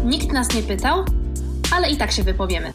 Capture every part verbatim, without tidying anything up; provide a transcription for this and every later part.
Nikt nas nie pytał, ale i tak się wypowiemy.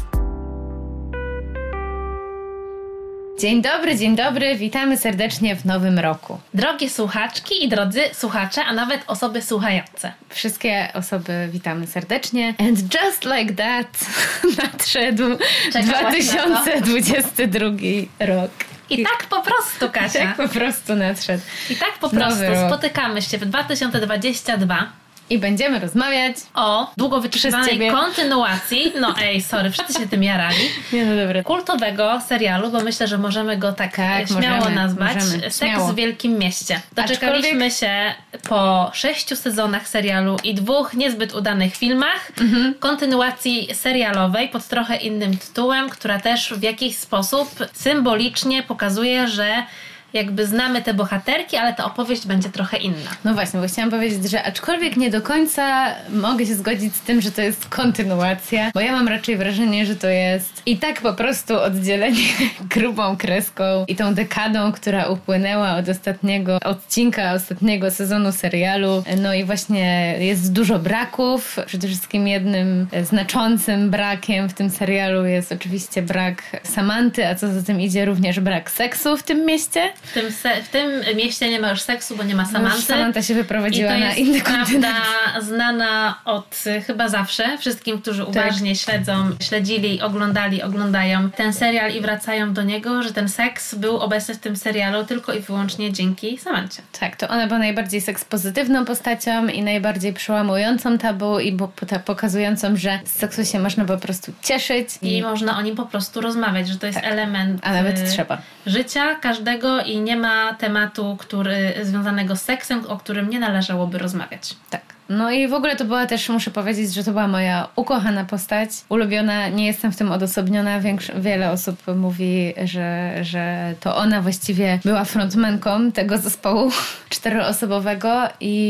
Dzień dobry, dzień dobry, witamy serdecznie w nowym roku. Drogie słuchaczki i drodzy słuchacze, a nawet osoby słuchające. Wszystkie osoby witamy serdecznie. And just like that nadszedł dwa tysiące dwudziesty drugi rok. I tak po prostu, Kasia. I tak po prostu nadszedł. I tak po prostu spotykamy się w dwa tysiące dwudziestym drugim. I będziemy rozmawiać o długo wyczekiwanej kontynuacji. No ej, sorry, wszyscy się tym jarali. Nie, no dobra. Kultowego serialu, bo myślę, że możemy go tak, tak śmiało możemy, nazwać. Możemy. Seks śmiało. w Wielkim Mieście. Doczekaliśmy Aczkolwiek... się po sześciu sezonach serialu i dwóch niezbyt udanych filmach mhm. kontynuacji serialowej pod trochę innym tytułem, która też w jakiś sposób symbolicznie pokazuje, że jakby znamy te bohaterki, ale ta opowieść będzie trochę inna. No właśnie, bo chciałam powiedzieć, że aczkolwiek nie do końca mogę się zgodzić z tym, że to jest kontynuacja, bo ja mam raczej wrażenie, że to jest i tak po prostu oddzielenie grubą kreską i tą dekadą, która upłynęła od ostatniego odcinka, ostatniego sezonu serialu. No i właśnie jest dużo braków. Przede wszystkim jednym znaczącym brakiem w tym serialu jest oczywiście brak Samanty, a co za tym idzie również brak seksu w tym mieście. W tym, se- w tym mieście nie ma już seksu, bo nie ma Samanty. Samanta się wyprowadziła na inny kontynent. I to jest prawda znana od chyba zawsze. Wszystkim, którzy uważnie tak. śledzą, śledzili, oglądali, oglądają ten serial i wracają do niego, że ten seks był obecny w tym serialu tylko i wyłącznie dzięki Samancie. Tak, to ona była najbardziej sekspozytywną postacią i najbardziej przełamującą tabu i bo, pokazującą, że z seksu się można po prostu cieszyć. I, I można o nim po prostu rozmawiać, że to jest tak. element A nawet trzeba. życia każdego i nie ma tematu, który związanego z seksem, o którym nie należałoby rozmawiać. Tak. No i w ogóle to była też, muszę powiedzieć, że to była moja ukochana postać, ulubiona, nie jestem w tym odosobniona, Większ- wiele osób mówi, że, że to ona właściwie była frontmanką tego zespołu czteroosobowego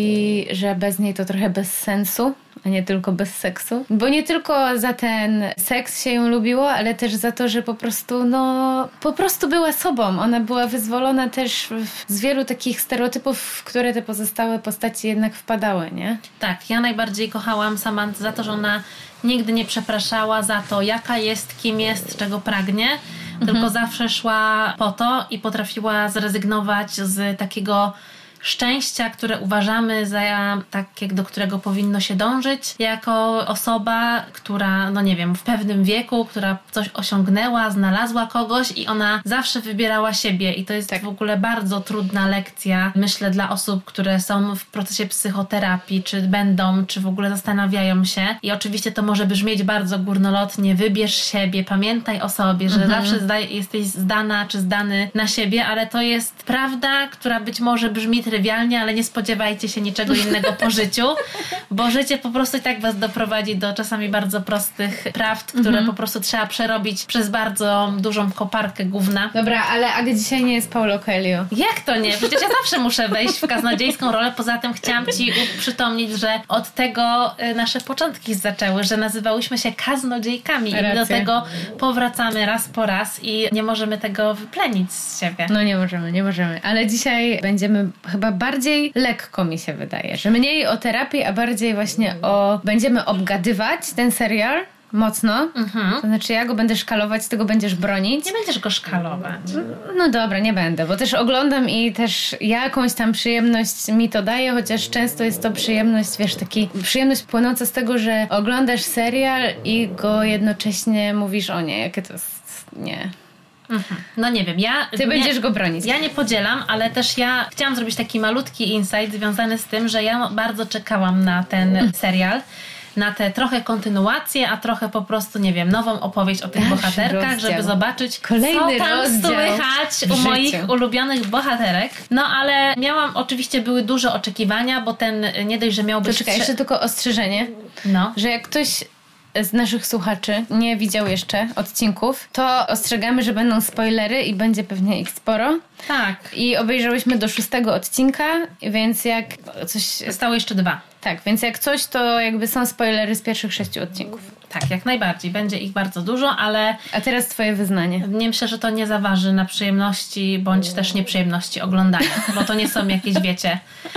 i że bez niej to trochę bez sensu, a nie tylko bez seksu. Bo nie tylko za ten seks się ją lubiło, ale też za to, że po prostu, no, po prostu była sobą. Ona była wyzwolona też w, z wielu takich stereotypów, w które te pozostałe postaci jednak wpadały, nie? Tak, ja najbardziej kochałam Samantę za to, że ona nigdy nie przepraszała za to, jaka jest, kim jest, czego pragnie, mhm. tylko zawsze szła po to i potrafiła zrezygnować z takiego szczęścia, które uważamy za takie, do którego powinno się dążyć, jako osoba, która, no nie wiem, w pewnym wieku, która coś osiągnęła, znalazła kogoś i ona zawsze wybierała siebie i to jest tak. w ogóle bardzo trudna lekcja, myślę, dla osób, które są w procesie psychoterapii, czy będą, czy w ogóle zastanawiają się i oczywiście to może brzmieć bardzo górnolotnie, wybierz siebie, pamiętaj o sobie, że mhm. zawsze zda- jesteś zdana, czy zdany na siebie, ale to jest prawda, która być może brzmi trywialnie, ale nie spodziewajcie się niczego innego po życiu, bo życie po prostu i tak was doprowadzi do czasami bardzo prostych prawd, które mm-hmm. po prostu trzeba przerobić przez bardzo dużą koparkę gówna. Dobra, ale Aga dzisiaj nie jest Paulo Coelho. Jak to nie? Przecież ja zawsze muszę wejść w kaznodziejską rolę. Poza tym chciałam ci przypomnieć, że od tego nasze początki zaczęły, że nazywałyśmy się kaznodziejkami i do tego powracamy raz po raz i nie możemy tego wyplenić z siebie. No nie możemy, nie możemy. Ale dzisiaj będziemy chyba bardziej lekko, mi się wydaje, że mniej o terapii, a bardziej właśnie o... Będziemy obgadywać ten serial mocno. Mhm. To znaczy ja go będę szkalować, ty go będziesz bronić. Nie będziesz go szkalować. No dobra, nie będę, bo też oglądam i też jakąś tam przyjemność mi to daje, chociaż często jest to przyjemność, wiesz, taki przyjemność płynąca z tego, że oglądasz serial i go jednocześnie mówisz o nie, jakie to jest... Nie... Mhm. No nie wiem, ja... Ty będziesz nie, go bronić. Ja nie podzielam, ale też ja chciałam zrobić taki malutki insight związany z tym, że ja bardzo czekałam na ten mm. serial, na te trochę kontynuacje, a trochę po prostu, nie wiem, nową opowieść o tych Dalszy bohaterkach, rozdział. Żeby zobaczyć, Kolejny co tam rozdział słychać u moich ulubionych bohaterek. No ale miałam, oczywiście były duże oczekiwania, bo ten nie dość, że miał być... To czekaj, jeszcze tylko ostrzeżenie, no. że jak ktoś z naszych słuchaczy nie widział jeszcze odcinków, to ostrzegamy, że będą spoilery i będzie pewnie ich sporo. Tak. I obejrzałyśmy do szóstego odcinka, więc jak coś... Zostały jeszcze dwa. Tak, więc jak coś, to jakby są spoilery z pierwszych sześciu odcinków. Tak, jak najbardziej. Będzie ich bardzo dużo, ale... A teraz twoje wyznanie. Nie myślę, że to nie zaważy na przyjemności bądź też nieprzyjemności oglądania, bo to nie są jakieś, wiecie,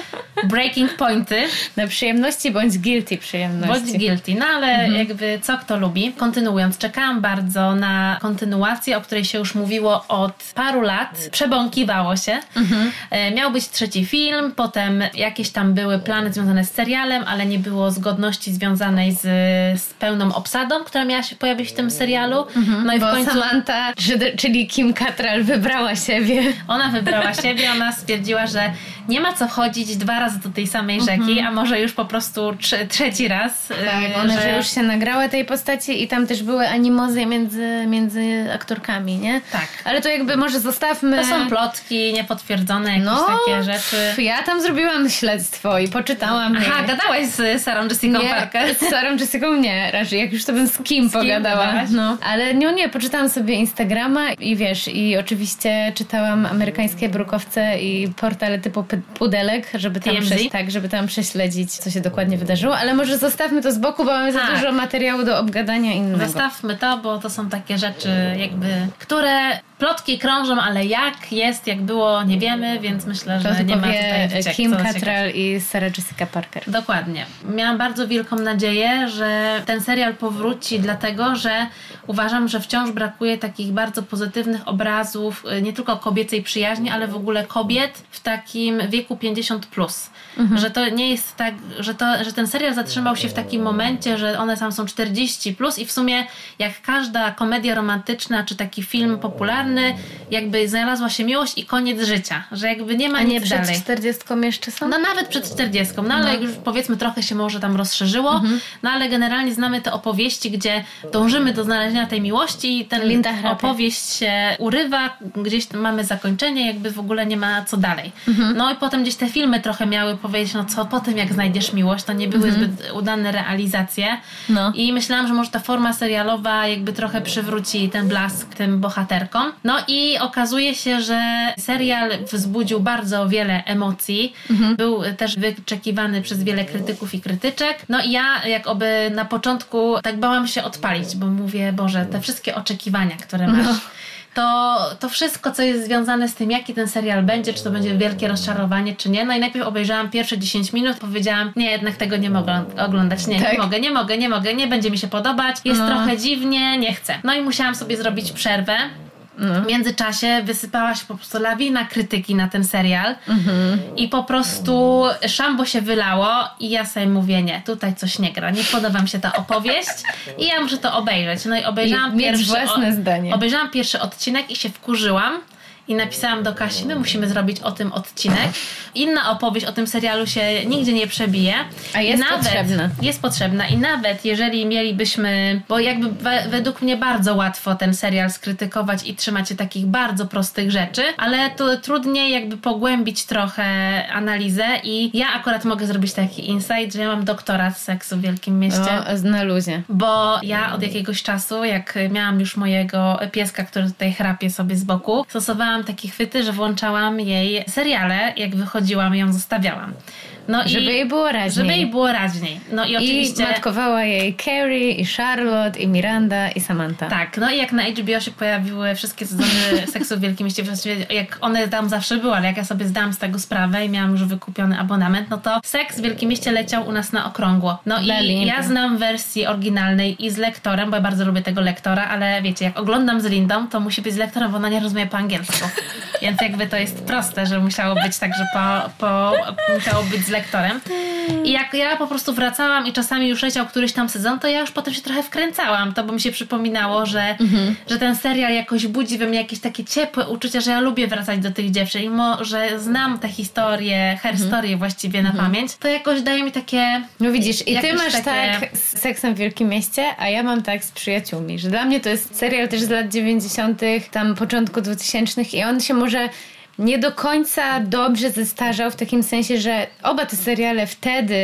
breaking pointy. Na przyjemności bądź guilty przyjemności. Bądź guilty, no ale mhm. jakby co kto lubi. Kontynuując, czekałam bardzo na kontynuację, o której się już mówiło od paru lat. Przebąkiwało się. Mhm. E, miał być trzeci film, potem jakieś tam były plany związane z serialem, ale nie było zgodności związanej z, z pełną obsadą, która miała się pojawić w tym serialu. Mhm. No i w Bo końcu Samantha, czyli Kim Cattrall, wybrała siebie. Ona wybrała siebie, ona stwierdziła, że nie ma co chodzić dwa razy do tej samej rzeki, mm-hmm. a może już po prostu trze- trzeci raz. Tak, ona, że... że już się nagrała tej postaci i tam też były animozy między, między aktorkami, nie? Tak. Ale to jakby może zostawmy... To są plotki niepotwierdzone, jakieś no, takie rzeczy. Ja tam zrobiłam śledztwo i poczytałam. Aha, je. Gadałaś z Sarą Jessica Parker? Z Sarą Jessica nie, raczej jak już to bym z kim z pogadała. Kim no. Ale nie, nie, poczytałam sobie Instagrama i wiesz, i oczywiście czytałam amerykańskie brukowce i portale typu Pudelek, żeby tam, prześ, tak, żeby tam prześledzić, co się dokładnie wydarzyło, ale może zostawmy to z boku, bo mamy tak. za dużo materiału do obgadania innego. Zostawmy to, bo to są takie rzeczy jakby, które plotki krążą, ale jak jest, jak było, nie wiemy, więc myślę, że to nie ma tutaj wyciek, Kim Cattrall i Sarah Jessica Parker. Dokładnie. Miałam bardzo wielką nadzieję, że ten serial powróci, dlatego, że uważam, że wciąż brakuje takich bardzo pozytywnych obrazów, nie tylko kobiecej przyjaźni, ale w ogóle kobiet w takim wieku pięćdziesiąt plus. Mhm. Że to nie jest tak, że, to, że ten serial zatrzymał się w takim momencie, że one tam są czterdzieści plus i w sumie jak każda komedia romantyczna czy taki film popularny, jakby znalazła się miłość i koniec życia. Że jakby nie ma A nic nie przed dalej. czterdziestką jeszcze są? No nawet przed czterdziestką, no ale no. jak już powiedzmy trochę się może tam rozszerzyło, mhm. no ale generalnie znamy te opowieści, gdzie dążymy do znalezienia tej miłości i ten opowieść się urywa, gdzieś tam mamy zakończenie, jakby w ogóle nie ma co dalej. Mhm. No i potem gdzieś te filmy trochę miały powiedzieć, no co po tym jak znajdziesz miłość, to nie były mhm. zbyt udane realizacje no. i myślałam, że może ta forma serialowa jakby trochę przywróci ten blask tym bohaterkom. No i okazuje się, że serial wzbudził bardzo wiele emocji. Mhm. Był też wyczekiwany przez wiele krytyków i krytyczek. No i ja jak oby na początku tak bałam się odpalić, bo mówię, Boże, te wszystkie oczekiwania, które masz, no. to, to wszystko, co jest związane z tym, jaki ten serial będzie, czy to będzie wielkie rozczarowanie, czy nie. No i najpierw obejrzałam pierwsze dziesięć minut, powiedziałam, nie, jednak tego nie mogę oglądać. Nie, tak. nie mogę, nie mogę, nie mogę, nie będzie mi się podobać. Jest no. trochę dziwnie, nie chcę. No i musiałam sobie zrobić przerwę. No. W międzyczasie wysypała się po prostu lawina krytyki na ten serial mhm. i po prostu szambo się wylało i ja sobie mówię, nie, tutaj coś nie gra, nie podoba mi się ta opowieść i ja muszę to obejrzeć. No i obejrzałam, I pierwszy, własne o, zdanie. obejrzałam pierwszy odcinek i się wkurzyłam. I napisałam do Kasi, my musimy zrobić o tym odcinek. Inna opowieść o tym serialu się nigdzie nie przebije. A jest nawet, potrzebna. Jest potrzebna. I nawet jeżeli mielibyśmy, bo jakby we, według mnie bardzo łatwo ten serial skrytykować i trzymać się takich bardzo prostych rzeczy, ale to trudniej jakby pogłębić trochę analizę i ja akurat mogę zrobić taki insight, że ja mam doktorat seksu w Wielkim Mieście. No, na luzie. Bo ja od jakiegoś czasu, jak miałam już mojego pieska, który tutaj chrapie sobie z boku, stosowałam takie chwyty, że włączałam jej seriale, jak wychodziłam, ją zostawiałam. No żeby i, jej było raźniej. Żeby jej było raźniej. No i oczywiście... I matkowała jej Carrie, i Charlotte, i Miranda, i Samantha. Tak, no i jak na H B O się pojawiły wszystkie sezony Seksu w Wielkim Mieście, właściwie jak one tam zawsze były, ale jak ja sobie zdałam z tego sprawę i miałam już wykupiony abonament, no to Seks w Wielkim Mieście leciał u nas na okrągło. No Dla i Lindy. Ja znam wersji oryginalnej i z lektorem, bo ja bardzo lubię tego lektora, ale wiecie, jak oglądam z Lindą, to musi być z lektorem, bo ona nie rozumie po angielsku. Więc jakby to jest proste, że musiało być tak, że po, po, musiało być z lektorem. I jak ja po prostu wracałam i czasami już leciał któryś tam sezon, to ja już potem się trochę wkręcałam. To by mi się przypominało, że, mhm. że ten serial jakoś budzi we mnie jakieś takie ciepłe uczucia, że ja lubię wracać do tych dziewczyn. Mimo, że znam tę historię, herstoryę mhm. właściwie na mhm. pamięć, to jakoś daje mi takie... No widzisz, i ty masz takie... tak z Seksem w Wielkim Mieście, a ja mam tak z Przyjaciółmi, że dla mnie to jest serial też z lat dziewięćdziesiątych, tam początku dwutysięcznych i on się może nie do końca dobrze zestarzał w takim sensie, że oba te seriale wtedy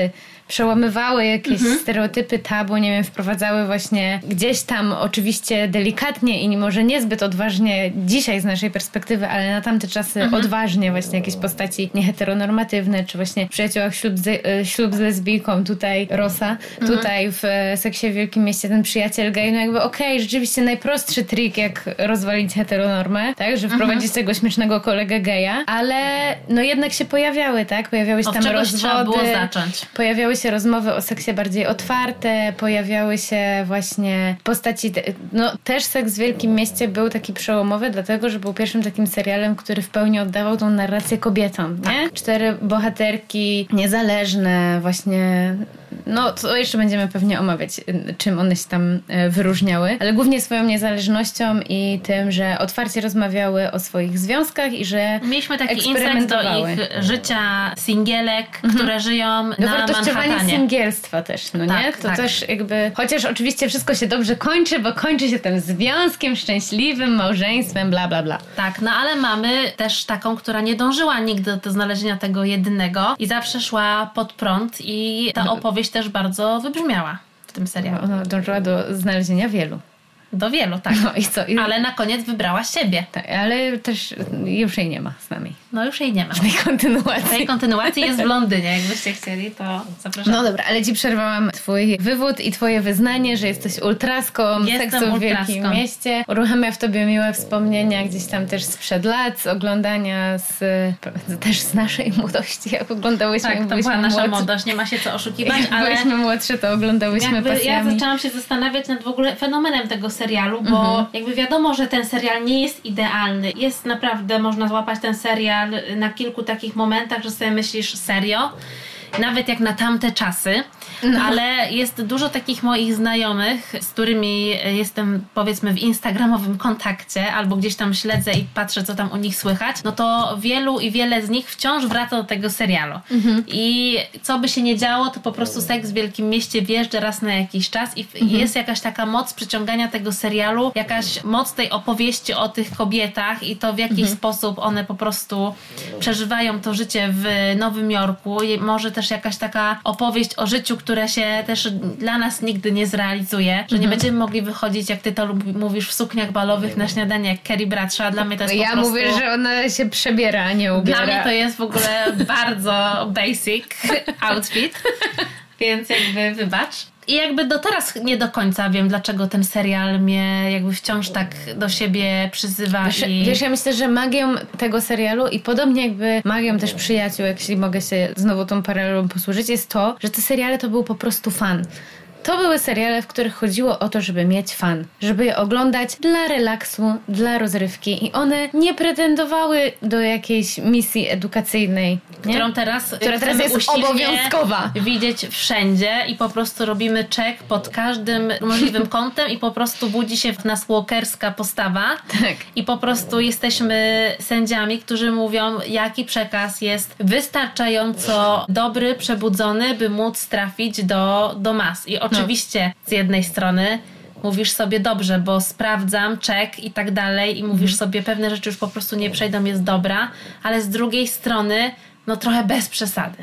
przełamywały jakieś mhm. stereotypy, tabu, nie wiem, wprowadzały właśnie gdzieś tam oczywiście delikatnie i może niezbyt odważnie dzisiaj z naszej perspektywy, ale na tamte czasy mhm. odważnie właśnie jakieś postaci nieheteronormatywne, czy właśnie w Przyjaciołach ślub z, ślub z lesbijką, tutaj Rosa, mhm. tutaj w Seksie w Wielkim Mieście ten przyjaciel gej, no jakby okej, okay, rzeczywiście najprostszy trik, jak rozwalić heteronormę, tak, że wprowadzić mhm. tego śmiesznego kolegę geja, ale no jednak się pojawiały, tak, pojawiały się Od tam rozwody, trzeba było zacząć. Pojawiały się rozmowy o seksie bardziej otwarte, pojawiały się właśnie postaci, no też Seks w Wielkim Mieście był taki przełomowy, dlatego, że był pierwszym takim serialem, który w pełni oddawał tą narrację kobietom, nie? Tak. Cztery bohaterki niezależne, właśnie, no to jeszcze będziemy pewnie omawiać, czym one się tam wyróżniały, ale głównie swoją niezależnością i tym, że otwarcie rozmawiały o swoich związkach i że mieliśmy taki insight do ich życia singielek, mhm. które żyją no, na Manhattanie. singielstwa też, no tak, nie? To tak. też jakby, chociaż oczywiście wszystko się dobrze kończy, bo kończy się tym związkiem szczęśliwym, małżeństwem, bla, bla, bla. Tak, no ale mamy też taką, która nie dążyła nigdy do znalezienia tego jedynego i zawsze szła pod prąd i ta opowieść też bardzo wybrzmiała w tym serialu. Ona dążyła do znalezienia wielu. Do wielu, tak. No i co? I... Ale na koniec wybrała siebie. Tak, ale też już jej nie ma z nami. No już jej nie ma. W tej kontynuacji. W tej kontynuacji jest w Londynie. Jakbyście chcieli, to zapraszam. No dobra, ale ci przerwałam twój wywód i twoje wyznanie, że jesteś ultraską Seksu w Wielkim Mieście. Uruchamia w tobie miłe wspomnienia gdzieś tam też sprzed lat, z oglądania z, też z naszej młodości, jak oglądałyśmy. Tak, to była nasza młodszy. młodość, nie ma się co oszukiwać, jak ale... byliśmy młodsze, to oglądałyśmy jakby pasjami. Ja zaczęłam się zastanawiać nad w ogóle fenomenem tego serialu, bo mhm. jakby wiadomo, że ten serial nie jest idealny. Jest naprawdę, można złapać ten serial na kilku takich momentach, że sobie myślisz, serio? Nawet jak na tamte czasy, no. ale jest dużo takich moich znajomych, z którymi jestem, powiedzmy, w instagramowym kontakcie albo gdzieś tam śledzę i patrzę, co tam u nich słychać, no to wielu i wiele z nich wciąż wraca do tego serialu. Mhm. I co by się nie działo, to po prostu Seks w Wielkim Mieście wjeżdża raz na jakiś czas i mhm. jest jakaś taka moc przyciągania tego serialu, jakaś moc tej opowieści o tych kobietach i to, w jaki mhm. sposób one po prostu przeżywają to życie w Nowym Jorku. I może też jakaś taka opowieść o życiu, które się też dla nas nigdy nie zrealizuje, że mhm. nie będziemy mogli wychodzić, jak ty to mówisz, w sukniach balowych na śniadanie jak Carrie Bradshaw, a dla mnie to jest ja po prostu... Ja mówię, że ona się przebiera, a nie ubiera. Dla mnie to jest w ogóle bardzo basic outfit, więc jakby wybacz. I jakby do teraz nie do końca wiem, dlaczego ten serial mnie jakby wciąż tak do siebie przyzywa. Wiesz, i... wiesz, ja myślę, że magią tego serialu i podobnie jakby magią też Przyjaciół, jeśli mogę się znowu tą paralelą posłużyć, jest to, że te seriale to był po prostu fan. To były seriale, w których chodziło o to, żeby mieć fan, żeby je oglądać dla relaksu, dla rozrywki i one nie pretendowały do jakiejś misji edukacyjnej, nie? Którą teraz, Która teraz jest obowiązkowa. Widzieć wszędzie i po prostu robimy check pod każdym możliwym kątem i po prostu budzi się w nas walkerska postawa tak. i po prostu jesteśmy sędziami, którzy mówią, jaki przekaz jest wystarczająco dobry, przebudzony, by móc trafić do, do mas. I oczywiście z jednej strony mówisz sobie dobrze, bo sprawdzam, check i tak dalej i mówisz sobie pewne rzeczy już po prostu nie przejdą, jest dobra, ale z drugiej strony no trochę bez przesady.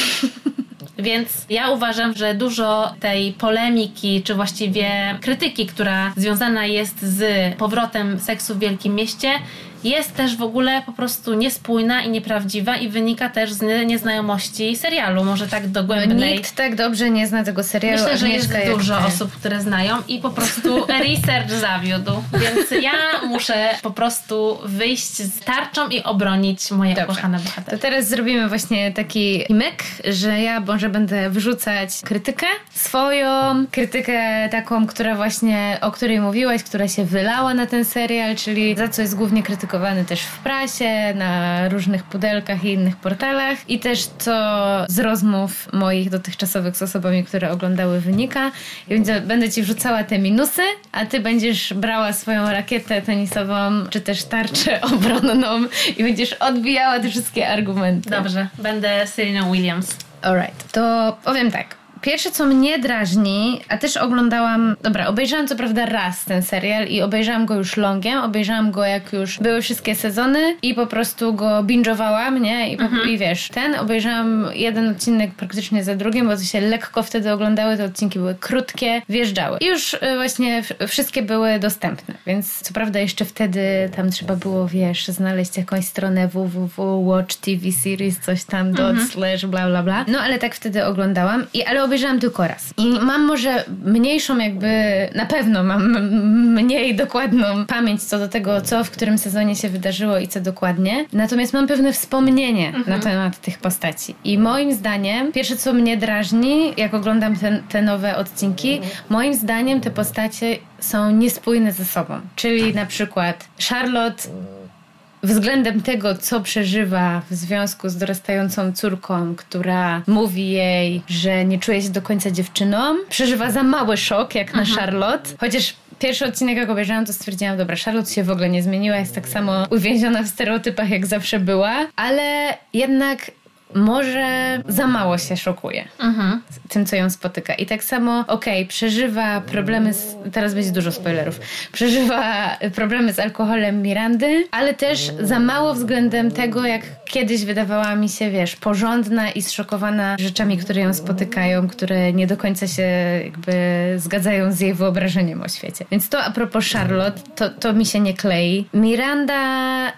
Więc ja uważam, że dużo tej polemiki, czy właściwie krytyki, która związana jest z powrotem Seksu w Wielkim Mieście, jest też w ogóle po prostu niespójna i nieprawdziwa i wynika też z nieznajomości serialu, może tak dogłębnej. Nikt tak dobrze nie zna tego serialu. Myślę, że jest dużo ty. osób, które znają i po prostu research zawiódł, więc ja muszę po prostu wyjść z tarczą i obronić moje Dobrze. ukochane bohaterki. To teraz zrobimy właśnie taki myk, że ja może będę wyrzucać krytykę swoją, krytykę taką, która właśnie, o której mówiłaś, która się wylała na ten serial, czyli za co jest głównie krytykowany też w prasie, na różnych pudelkach i innych portalach i też co z rozmów moich dotychczasowych z osobami, które oglądały wynika. Więc będę ci wrzucała te minusy, a ty będziesz brała swoją rakietę tenisową, czy też tarczę obronną i będziesz odbijała te wszystkie argumenty. Dobrze, będę Sereną Williams. Alright, to powiem tak. pierwsze, co mnie drażni, a też oglądałam, dobra, obejrzałam co prawda raz ten serial i obejrzałam go już longiem, obejrzałam go jak już były wszystkie sezony i po prostu go binge'owałam, nie? I, mhm. I wiesz, ten obejrzałam jeden odcinek praktycznie za drugim, bo to się lekko wtedy oglądały, te odcinki były krótkie, wjeżdżały. I już y, właśnie w, wszystkie były dostępne, więc co prawda jeszcze wtedy tam trzeba było, wiesz, znaleźć jakąś stronę www, watch T V series, coś tam, mhm. dot, slash, bla, bla, bla. No ale tak wtedy oglądałam, i, ale obejrzałam tylko raz. I mam może mniejszą jakby, na pewno mam mniej dokładną pamięć co do tego, co w którym sezonie się wydarzyło i co dokładnie. Natomiast mam pewne wspomnienie mhm. na temat tych postaci. I moim zdaniem, pierwsze co mnie drażni, jak oglądam te, te nowe odcinki, mhm. moim zdaniem te postacie są niespójne ze sobą. Czyli na przykład Charlotte względem tego, co przeżywa w związku z dorastającą córką, która mówi jej, że nie czuje się do końca dziewczyną, przeżywa za mały szok, jak na mhm. Charlotte. Chociaż pierwszy odcinek, jak obejrzałam, to stwierdziłam, dobra, Charlotte się w ogóle nie zmieniła, jest tak samo uwięziona w stereotypach, jak zawsze była, ale jednak może za mało się szokuje mhm. tym, co ją spotyka. I tak samo, okej, okay, przeżywa problemy z... Teraz będzie dużo spoilerów. Przeżywa problemy z alkoholem Mirandy, ale też za mało względem tego, jak kiedyś wydawała mi się, wiesz, porządna i zszokowana rzeczami, które ją spotykają, które nie do końca się jakby zgadzają z jej wyobrażeniem o świecie. Więc to a propos Charlotte, to, to mi się nie klei. Miranda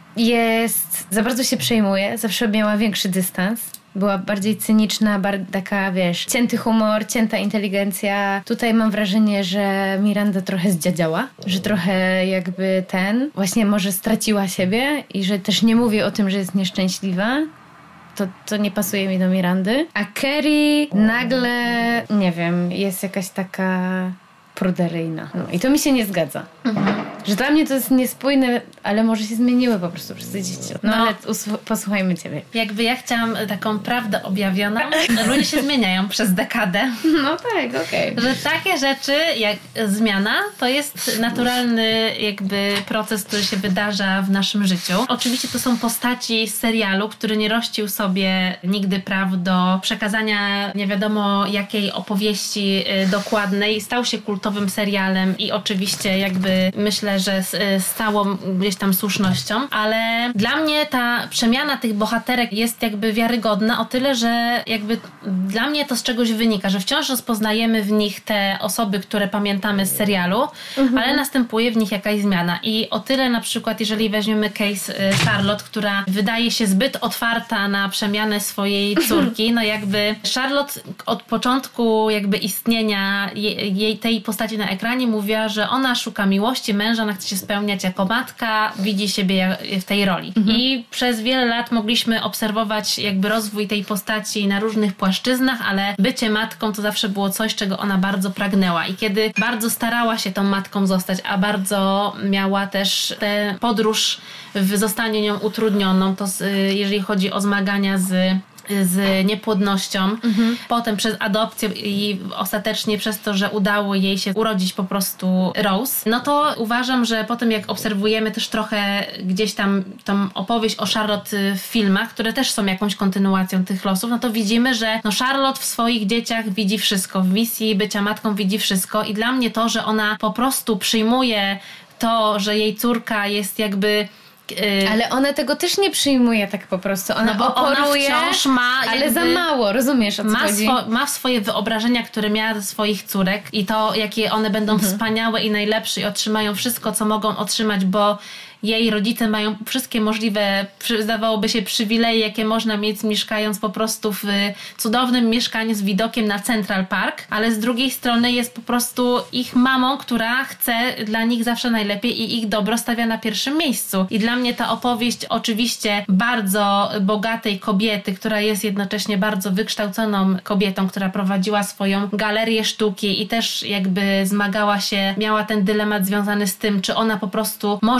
jest... Za bardzo się przejmuje. Zawsze miała większy dystans. Była bardziej cyniczna, bar- taka, wiesz, cięty humor, cięta inteligencja. Tutaj mam wrażenie, że Miranda trochę zdziadziała, że trochę jakby ten... Właśnie może straciła siebie i że też nie mówi o tym, że jest nieszczęśliwa. To, to nie pasuje mi do Mirandy. A Carrie nagle, nie wiem, jest jakaś taka pruderyjna. No, i to mi się nie zgadza. Mhm. Że dla mnie to jest niespójne, ale może się zmieniły po prostu przez te dzieci. No, no ale usłu- posłuchajmy ciebie. Jakby ja chciałam taką prawdę objawioną. Ludzie się zmieniają przez dekadę. No tak, okej. Okay. Że takie rzeczy jak zmiana to jest naturalny jakby proces, który się wydarza w naszym życiu. Oczywiście to są postaci z serialu, który nie rościł sobie nigdy praw do przekazania nie wiadomo jakiej opowieści dokładnej. Stał się kultowym serialem i oczywiście jakby myślę, że z, z całą gdzieś tam słusznością, ale dla mnie ta przemiana tych bohaterek jest jakby wiarygodna o tyle, że jakby dla mnie to z czegoś wynika, że wciąż rozpoznajemy w nich te osoby, które pamiętamy z serialu, mhm. ale następuje w nich jakaś zmiana i o tyle na przykład jeżeli weźmiemy case Charlotte, która wydaje się zbyt otwarta na przemianę swojej córki, no jakby Charlotte od początku jakby istnienia jej, jej tej postaci na ekranie mówiła, że ona szuka miłości, męża, ona chce się spełniać jako matka, widzi siebie w tej roli. Mhm. I przez wiele lat mogliśmy obserwować jakby rozwój tej postaci na różnych płaszczyznach, ale bycie matką to zawsze było coś, czego ona bardzo pragnęła. I kiedy bardzo starała się tą matką zostać, a bardzo miała też tę podróż w zostaniu nią utrudnioną, to z, jeżeli chodzi o zmagania z z niepłodnością, mhm. potem przez adopcję i ostatecznie przez to, że udało jej się urodzić po prostu Rose, no to uważam, że potem jak obserwujemy też trochę gdzieś tam tą opowieść o Charlotte w filmach, które też są jakąś kontynuacją tych losów, no to widzimy, że no Charlotte w swoich dzieciach widzi wszystko, w misji bycia matką widzi wszystko i dla mnie to, że ona po prostu przyjmuje to, że jej córka jest jakby ale ona tego też nie przyjmuje tak po prostu. Ona no bo oporuje, ona wciąż ma ale za mało, rozumiesz o co ma chodzi? Swo- ma swoje wyobrażenia, które miała ze swoich córek i to, jakie one będą mhm. wspaniałe i najlepsze i otrzymają wszystko, co mogą otrzymać, bo jej rodzice mają wszystkie możliwe, zdawałoby się, przywileje, jakie można mieć mieszkając po prostu w cudownym mieszkaniu z widokiem na Central Park, ale z drugiej strony jest po prostu ich mamą, która chce dla nich zawsze najlepiej i ich dobro stawia na pierwszym miejscu. I dla mnie ta opowieść oczywiście bardzo bogatej kobiety, która jest jednocześnie bardzo wykształconą kobietą, która prowadziła swoją galerię sztuki i też jakby zmagała się, miała ten dylemat związany z tym, czy ona po prostu może zrezygnować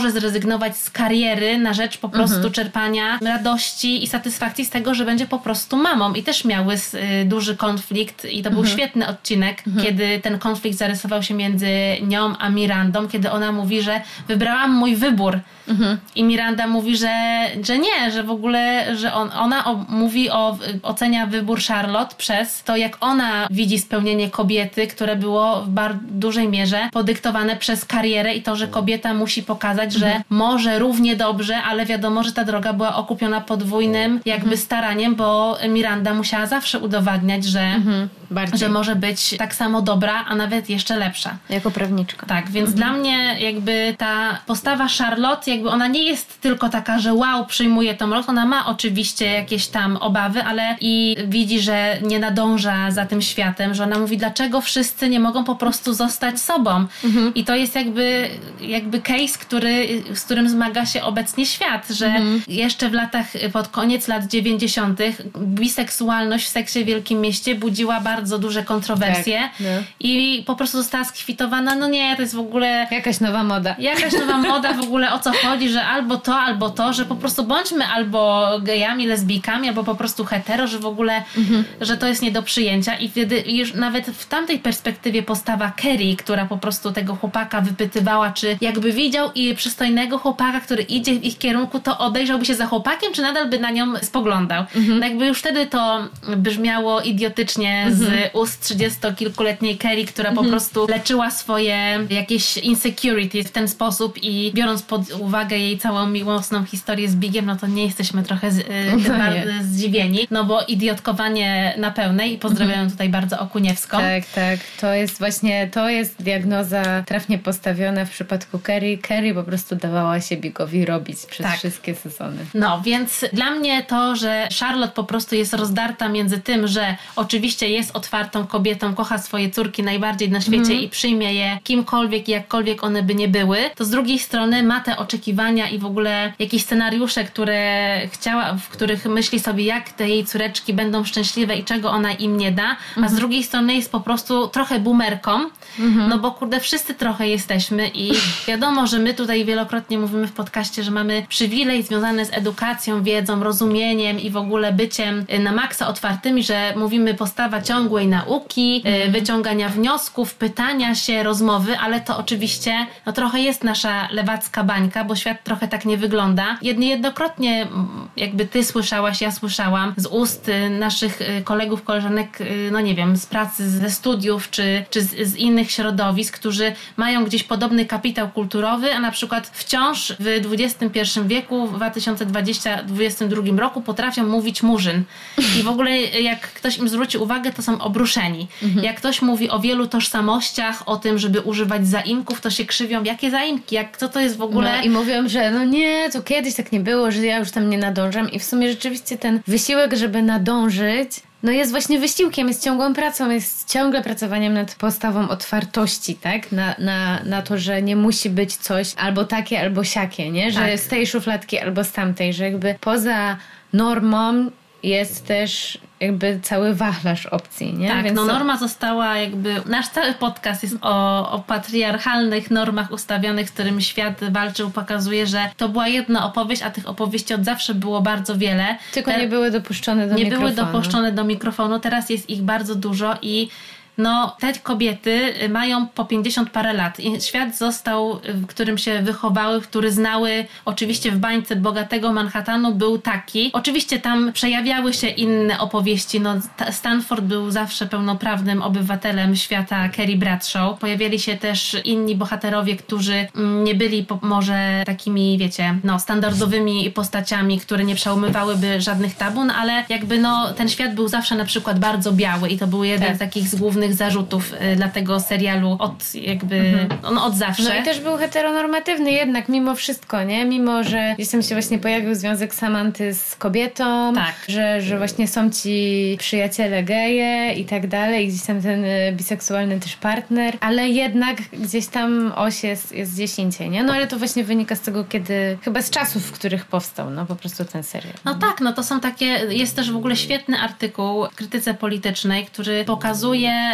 zrezygnować z kariery na rzecz po prostu mhm. czerpania radości i satysfakcji z tego, że będzie po prostu mamą. I też miały y, duży konflikt i to był mhm. świetny odcinek, mhm. kiedy ten konflikt zarysował się między nią a Mirandą, kiedy ona mówi, że wybrałam mój wybór. Mhm. I Miranda mówi, że, że nie, że w ogóle, że on, ona o, mówi o, ocenia wybór Charlotte przez to, jak ona widzi spełnienie kobiety, które było w bardzo dużej mierze podyktowane przez karierę i to, że kobieta musi pokazać, że mhm. może równie dobrze, ale wiadomo, że ta droga była okupiona podwójnym jakby mhm. staraniem, bo Miranda musiała zawsze udowadniać, że, mhm. że może być tak samo dobra, a nawet jeszcze lepsza. Jako prawniczka. Tak, więc mhm. dla mnie jakby ta postawa Charlotte, jakby ona nie jest tylko taka, że wow, przyjmuje tą rolę, ona ma oczywiście jakieś tam obawy, ale i widzi, że nie nadąża za tym światem, że ona mówi, dlaczego wszyscy nie mogą po prostu zostać sobą. Mhm. I to jest jakby, jakby case, który, z którym zmaga się obecnie świat, że mhm. jeszcze w latach, pod koniec lat dziewięćdziesiątych biseksualność w Seksie w Wielkim Mieście budziła bardzo duże kontrowersje tak, no. i po prostu została skwitowana, no nie, to jest w ogóle jakaś nowa moda. Jakaś nowa moda, w ogóle o co chodzi, że albo to, albo to, że po prostu bądźmy albo gejami, lesbijkami, albo po prostu hetero, że w ogóle, mhm. że to jest nie do przyjęcia i wtedy już nawet w tamtej perspektywie postawa Carrie, która po prostu tego chłopaka wypytywała, czy jakby widział i przystojnego chłopaka, który idzie w ich kierunku, to odejrzałby się za chłopakiem, czy nadal by na nią spoglądał. Mhm. No jakby już wtedy to brzmiało idiotycznie mhm. z ust trzydziestokilkuletniej Carrie, która mhm. po prostu leczyła swoje jakieś insecurity w ten sposób i biorąc pod uwagę jej całą miłosną historię z Bigiem, no to nie jesteśmy trochę z, y, bardzo zdziwieni, no bo idiotkowanie na pełnej i pozdrawiam mhm. tutaj bardzo Okuniewską. Tak, tak. To jest właśnie, to jest diagnoza trafnie postawiona w przypadku Carrie. Carrie po prostu dawała się Bigowi robić przez tak. wszystkie sezony. No, więc dla mnie to, że Charlotte po prostu jest rozdarta między tym, że oczywiście jest otwartą kobietą, kocha swoje córki najbardziej na świecie mm. i przyjmie je kimkolwiek i jakkolwiek one by nie były, to z drugiej strony ma te oczekiwania i w ogóle jakieś scenariusze, które chciała, w których myśli sobie, jak te jej córeczki będą szczęśliwe i czego ona im nie da, mm. a z drugiej strony jest po prostu trochę boomerką, mm-hmm. no bo kurde, wszyscy trochę jesteśmy i wiadomo, że my tutaj wielokrotnie mówimy w podcaście, że mamy przywilej związany z edukacją, wiedzą, rozumieniem i w ogóle byciem na maksa otwartymi, że mówimy postawa ciągłej nauki, mm. wyciągania wniosków, pytania się, rozmowy, ale to oczywiście no trochę jest nasza lewacka bańka, bo świat trochę tak nie wygląda. Niejednokrotnie jakby ty słyszałaś, ja słyszałam z ust naszych kolegów, koleżanek, no nie wiem, z pracy, ze studiów, czy, czy z, z innych środowisk, którzy mają gdzieś podobny kapitał kulturowy, a na przykład wciąż w dwudziestym pierwszym wieku, w dwa tysiące dwudziestym drugim roku potrafią mówić murzyn. I w ogóle jak ktoś im zwróci uwagę, to są obruszeni. Mhm. Jak ktoś mówi o wielu tożsamościach, o tym, żeby używać zaimków, to się krzywią. Jakie zaimki? Jak, co to jest w ogóle? No i mówią, że no nie, to kiedyś tak nie było, że ja już tam nie nadążam. I w sumie rzeczywiście ten wysiłek, żeby nadążyć, no jest właśnie wysiłkiem, jest ciągłą pracą, jest ciągle pracowaniem nad postawą otwartości, tak? Na, na, na to, że nie musi być coś albo takie, albo siakie, nie? Że tak. z tej szufladki albo z tamtej, że jakby poza normą jest też jakby cały wachlarz opcji, nie? Tak, Więc no to... norma została jakby... Nasz cały podcast jest o, o patriarchalnych normach ustawionych, z którym świat walczył, pokazuje, że to była jedna opowieść, a tych opowieści od zawsze było bardzo wiele. Tylko Te... nie były dopuszczone do nie mikrofonu. Nie były dopuszczone do mikrofonu, teraz jest ich bardzo dużo i no, te kobiety mają po pięćdziesiąt parę lat i świat został, w którym się wychowały, który znały oczywiście w bańce bogatego Manhattanu był taki. Oczywiście tam przejawiały się inne opowieści. No, Stanford był zawsze pełnoprawnym obywatelem świata Carrie Bradshaw. Pojawiali się też inni bohaterowie, którzy nie byli po, może takimi, wiecie, no, standardowymi postaciami, które nie przełamywałyby żadnych tabu, no, ale jakby no, ten świat był zawsze na przykład bardzo biały i to był jeden tak. z takich z głównych zarzutów y, dla tego serialu od jakby, mhm. on od zawsze. No i też był heteronormatywny jednak mimo wszystko, nie? Mimo, że gdzieś tam się właśnie pojawił związek Samanthy z kobietą, tak. że, że właśnie są ci przyjaciele geje i tak dalej, i gdzieś tam ten y, biseksualny też partner, ale jednak gdzieś tam oś jest, jest gdzieś indziej, nie? No ale to właśnie wynika z tego, kiedy, chyba z czasów, w których powstał, no po prostu ten serial. No tak, no to są takie, jest też w ogóle świetny artykuł w Krytyce Politycznej, który pokazuje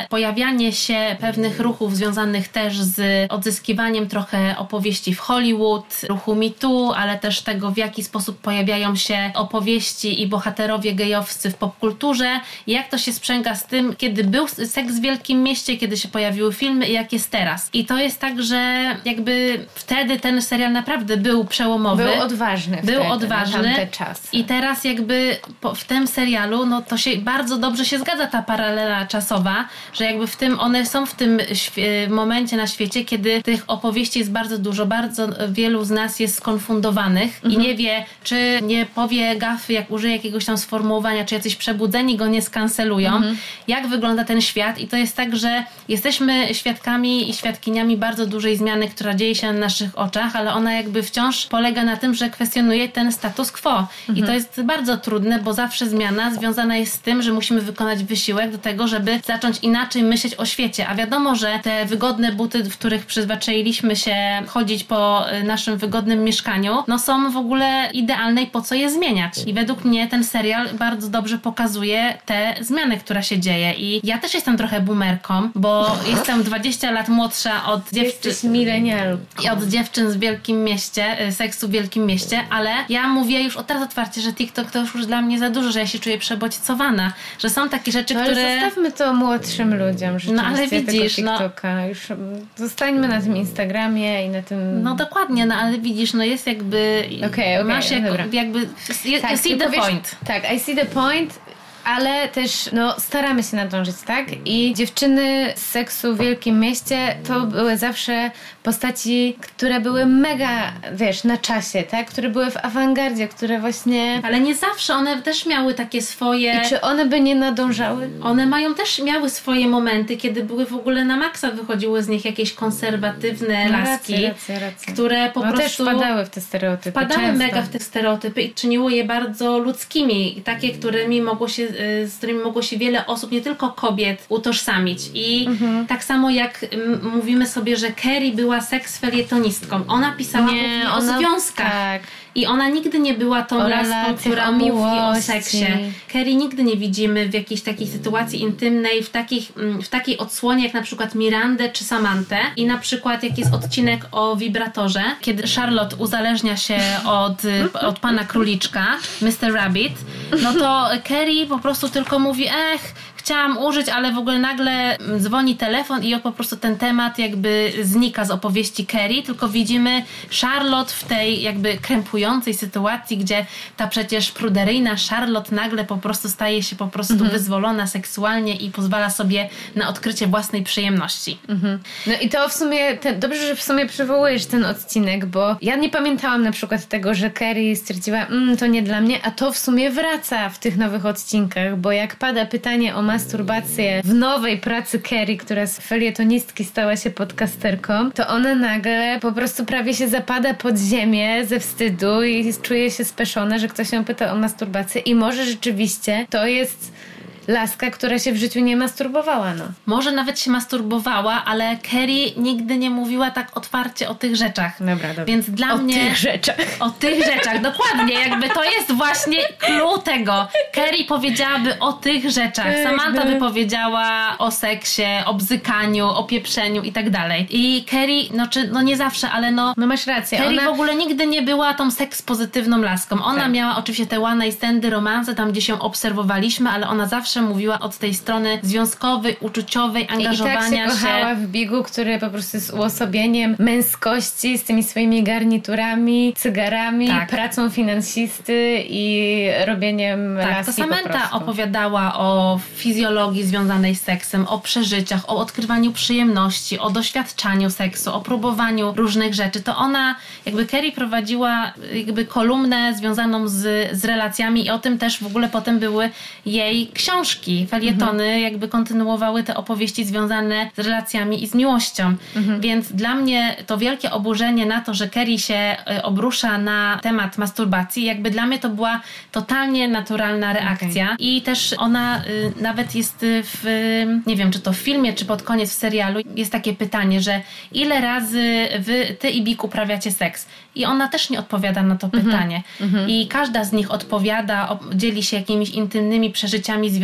pojawianie się pewnych ruchów związanych też z odzyskiwaniem trochę opowieści w Hollywood, ruchu Me Too, ale też tego, w jaki sposób pojawiają się opowieści i bohaterowie gejowscy w popkulturze, jak to się sprzęga z tym, kiedy był seks w Wielkim Mieście, kiedy się pojawiły filmy i jak jest teraz. I to jest tak, że jakby wtedy ten serial naprawdę był przełomowy. Był odważny Był wtedy, odważny. na tamte czasy. I teraz jakby po, w tym serialu, no to się bardzo dobrze się zgadza ta paralela czasowa, że jakby w tym, one są w tym świe- momencie na świecie, kiedy tych opowieści jest bardzo dużo, bardzo wielu z nas jest skonfundowanych mhm. i nie wie, czy nie powie gafy, jak użyje jakiegoś tam sformułowania, czy jacyś przebudzeni go nie skancelują, mhm. jak wygląda ten świat. I to jest tak, że jesteśmy świadkami i świadkiniami bardzo dużej zmiany, która dzieje się na naszych oczach, ale ona jakby wciąż polega na tym, że kwestionuje ten status quo. Mhm. I to jest bardzo trudne, bo zawsze zmiana związana jest z tym, że musimy wykonać wysiłek do tego, żeby zacząć inaczej myśleć o świecie. A wiadomo, że te wygodne buty, w których przyzwyczailiśmy się chodzić po naszym wygodnym mieszkaniu, no są w ogóle idealne i po co je zmieniać. I według mnie ten serial bardzo dobrze pokazuje te zmiany, która się dzieje. I ja też jestem trochę boomerką, bo jestem dwadzieścia lat młodsza od dziewczyn. Jesteś milenialką. I od dziewczyn z Wielkim Mieście, seksu w Wielkim Mieście, ale ja mówię już od teraz otwarcie, że TikTok to już dla mnie za dużo, że ja się czuję przebodźcowana, że są takie rzeczy, no, które... Ale zostawmy to młodszym ludziom, rzeczywiście, no ale widzisz, tego TikToka. No... Już zostańmy na tym Instagramie i na tym... No dokładnie, no ale widzisz, no jest jakby... Okej, okay, okay, masz jak, jakby... You, tak, you see the wiesz, point. Tak, I see the point, ale też no, staramy się nadążyć, tak? I dziewczyny z seksu w Wielkim Mieście to były zawsze postaci, które były mega, wiesz, na czasie, tak? Które były w awangardzie, które właśnie... Ale nie zawsze, one też miały takie swoje... I czy one by nie nadążały? One mają też, miały swoje momenty, kiedy były w ogóle na maksa, wychodziły z nich jakieś konserwatywne no, laski, racja, racja, racja. które po no, prostu... też wpadały w te stereotypy. Wpadały często. mega w te stereotypy i czyniło je bardzo ludzkimi, takie, którymi mogło się, z którymi mogło się wiele osób, nie tylko kobiet, utożsamić. I mhm. tak samo jak m- mówimy sobie, że Carrie była seksfelietonistką. Ona pisała nie, o ona, związkach. Tak. I ona nigdy nie była tą o laską, która o mówi miłości. o seksie. Carrie nigdy nie widzimy w jakiejś takiej sytuacji intymnej, w, takich, w takiej odsłonie jak na przykład Mirandę czy Samantę. I na przykład jak jest odcinek o wibratorze, kiedy Charlotte uzależnia się od, od pana króliczka, mister Rabbit, no to Carrie po prostu tylko mówi, ech, chciałam użyć, ale w ogóle nagle dzwoni telefon i po prostu ten temat jakby znika z opowieści Carrie, tylko widzimy Charlotte w tej jakby krępującej sytuacji, gdzie ta przecież pruderyjna Charlotte nagle po prostu staje się po prostu mhm. wyzwolona seksualnie i pozwala sobie na odkrycie własnej przyjemności. Mhm. No i to w sumie, ten, dobrze, że w sumie przywołujesz ten odcinek, bo ja nie pamiętałam na przykład tego, że Carrie stwierdziła, mm, to nie dla mnie, a to w sumie wraca w tych nowych odcinkach, bo jak pada pytanie o masturbację w nowej pracy Carrie, która z felietonistki stała się podcasterką, to ona nagle po prostu prawie się zapada pod ziemię ze wstydu i czuje się speszona, że ktoś ją pyta o masturbację i może rzeczywiście to jest laska, która się w życiu nie masturbowała, no. Może nawet się masturbowała, ale Carrie nigdy nie mówiła tak otwarcie o tych rzeczach. Dobra, dobra. Więc dla o mnie... O tych rzeczach. O tych rzeczach, dokładnie. Jakby to jest właśnie clue tego. Carrie powiedziałaby o tych rzeczach. Samantha by powiedziała o seksie, o bzykaniu, o pieprzeniu i tak dalej. I Carrie, no czy, no nie zawsze, ale no... No masz rację. Carrie ona... w ogóle nigdy nie była tą seks pozytywną laską. Ona tak. miała oczywiście te one night standy, romanse, tam gdzie się obserwowaliśmy, ale ona zawsze mówiła od tej strony związkowej, uczuciowej, angażowania I tak się. kochała się. w Bigu, który po prostu jest uosobieniem męskości z tymi swoimi garniturami, cygarami, tak. pracą finansisty i robieniem tak, laski to Samantha po prostu. opowiadała o fizjologii związanej z seksem, o przeżyciach, o odkrywaniu przyjemności, o doświadczaniu seksu, o próbowaniu różnych rzeczy. To ona, jakby Carrie prowadziła jakby kolumnę związaną z, z relacjami i o tym też w ogóle potem były jej książki, felietony, mhm. jakby kontynuowały te opowieści związane z relacjami i z miłością. Mhm. Więc dla mnie to wielkie oburzenie na to, że Carrie się obrusza na temat masturbacji, jakby dla mnie to była totalnie naturalna reakcja. Okay. I też ona y, nawet jest w, nie wiem, czy to w filmie, czy pod koniec w serialu, jest takie pytanie, że ile razy wy, ty i Bik uprawiacie seks? I ona też nie odpowiada na to pytanie. Mhm. I każda z nich odpowiada, dzieli się jakimiś intymnymi przeżyciami związanymi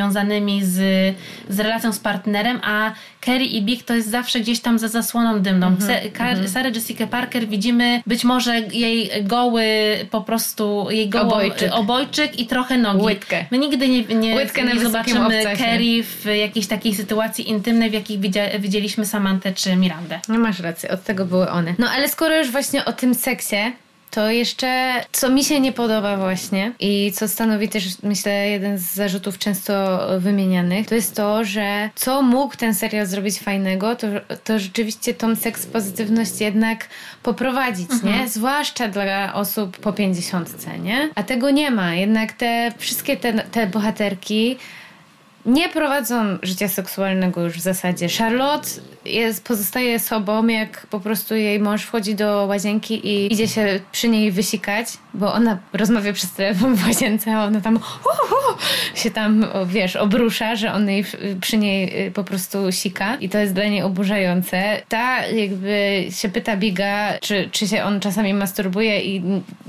związanymi z, z relacją z partnerem, a Carrie i Big to jest zawsze gdzieś tam za zasłoną dymną. Mm-hmm, mm-hmm. Sarah Jessica Parker widzimy być może jej goły po prostu, jej goły obojczyk, obojczyk i trochę nogi. Łydkę. My nigdy nie, nie, nie zobaczymy Carrie w jakiejś takiej sytuacji intymnej, w jakich widzia, widzieliśmy Samantę czy Mirandę. No masz rację, od tego były one. No ale skoro już właśnie o tym seksie, to jeszcze, co mi się nie podoba właśnie i co stanowi też, myślę, jeden z zarzutów często wymienianych, to jest to, że co mógł ten serial zrobić fajnego, to, to rzeczywiście tą seks pozytywność jednak poprowadzić, mhm. nie? Zwłaszcza dla osób po pięćdziesiątce, nie? A tego nie ma. Jednak te wszystkie te, te bohaterki nie prowadzą życia seksualnego już w zasadzie. Charlotte jest, pozostaje sobą, jak po prostu jej mąż wchodzi do łazienki i idzie się przy niej wysikać, bo ona rozmawia przez telefon w łazience, a ona tam uh, uh, się tam, wiesz, obrusza, że on jej, przy niej po prostu sika i to jest dla niej oburzające. Ta jakby się pyta Biga, czy, czy się on czasami masturbuje i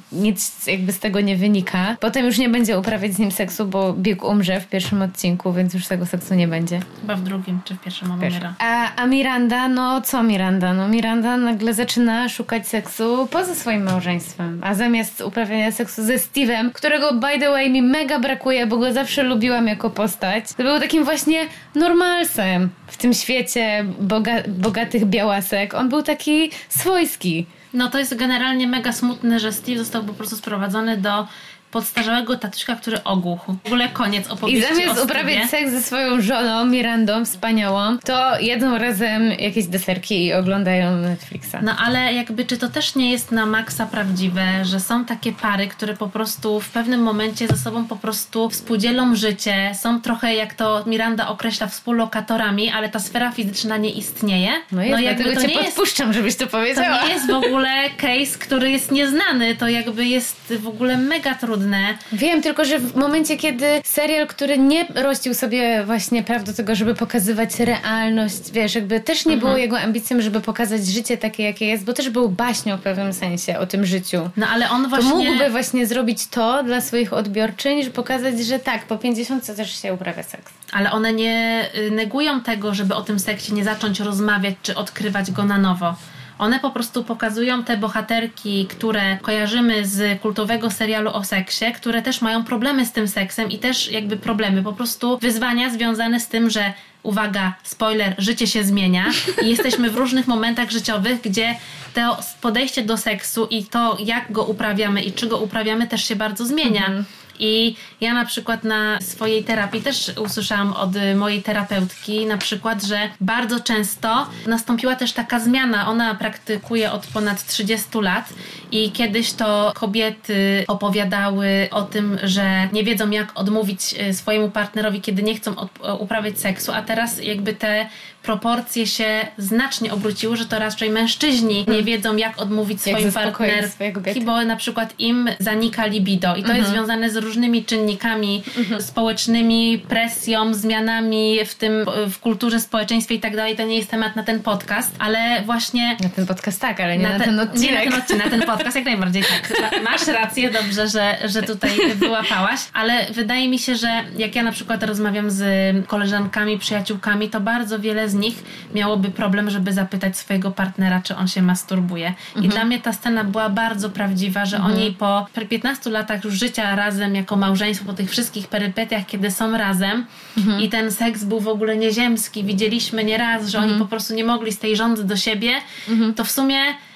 nic jakby z tego nie wynika. Potem już nie będzie uprawiać z nim seksu, bo Big umrze w pierwszym odcinku, więc już tego seksu nie będzie. Chyba w drugim, czy w pierwszym on umiera. A, a Miranda, no co Miranda? No Miranda nagle zaczyna szukać seksu poza swoim małżeństwem, a zamiast uprawiania seksu ze Steve'em, którego by the way mi mega brakuje, bo go zawsze lubiłam jako postać, to był takim właśnie normalsem w tym świecie boga- bogatych białasek. On był taki swojski. No to jest generalnie mega smutne, że Steve został po prostu sprowadzony do podstarzałego tatuśka, który ogłuchł. W ogóle koniec opowieści. I zamiast uprawiać seks ze swoją żoną, Mirandą, wspaniałą, to jedzą razem jakieś deserki i oglądają Netflixa. No ale jakby, czy to też nie jest na maksa prawdziwe, że są takie pary, które po prostu w pewnym momencie ze sobą po prostu współdzielą życie, są trochę, jak to Miranda określa, współlokatorami, ale ta sfera fizyczna nie istnieje. No jest, no jakby dlatego cię podpuszczam, jest, żebyś to powiedziała. To nie jest w ogóle case, który jest nieznany. To jakby jest w ogóle mega trudne. Wiem, tylko że w momencie, kiedy serial, który nie rościł sobie właśnie praw do tego, żeby pokazywać realność, wiesz, jakby też nie mhm. było jego ambicją, żeby pokazać życie takie, jakie jest, bo też był baśnią w pewnym sensie o tym życiu. No ale on właśnie... To mógłby właśnie zrobić to dla swoich odbiorczyń, żeby pokazać, że tak, po pięćdziesiątce też się uprawia seks. Ale one nie negują tego, żeby o tym seksie nie zacząć rozmawiać, czy odkrywać go na nowo. One po prostu pokazują te bohaterki, które kojarzymy z kultowego serialu o seksie, które też mają problemy z tym seksem i też jakby problemy, po prostu wyzwania związane z tym, że uwaga, spoiler, życie się zmienia i jesteśmy w różnych momentach życiowych, gdzie to podejście do seksu i to, jak go uprawiamy i czy go uprawiamy, też się bardzo zmienia. Mhm. I ja na przykład na swojej terapii też usłyszałam od mojej terapeutki na przykład, że bardzo często nastąpiła też taka zmiana. Ona praktykuje od ponad trzydziestu lat i kiedyś to kobiety opowiadały o tym, że nie wiedzą, jak odmówić swojemu partnerowi, kiedy nie chcą od- uprawiać seksu, a teraz jakby te proporcje się znacznie obróciły, że to raczej mężczyźni nie wiedzą, jak odmówić jak swoim partnerom, bo na przykład im zanika libido i to mhm. jest związane z różnymi czynnikami mhm. społecznymi, presją, zmianami w tym, w kulturze, społeczeństwie i tak dalej. To nie jest temat na ten podcast, ale właśnie... Na ten podcast tak, ale nie na, na ten odcinek. Nie na ten odcinek, na ten podcast jak najbardziej tak. Masz rację, dobrze, że, że tutaj wyłapałaś, ale wydaje mi się, że jak ja na przykład rozmawiam z koleżankami, przyjaciółkami, to bardzo wiele z nich miałoby problem, żeby zapytać swojego partnera, czy on się masturbuje. Mhm. I dla mnie ta scena była bardzo prawdziwa, że mhm. oni po piętnastu latach już życia razem jako małżeństwo, po tych wszystkich perypetiach, kiedy są razem mhm. i ten seks był w ogóle nieziemski, widzieliśmy nieraz, że mhm. oni po prostu nie mogli z tej żądzy do siebie, mhm. to w sumie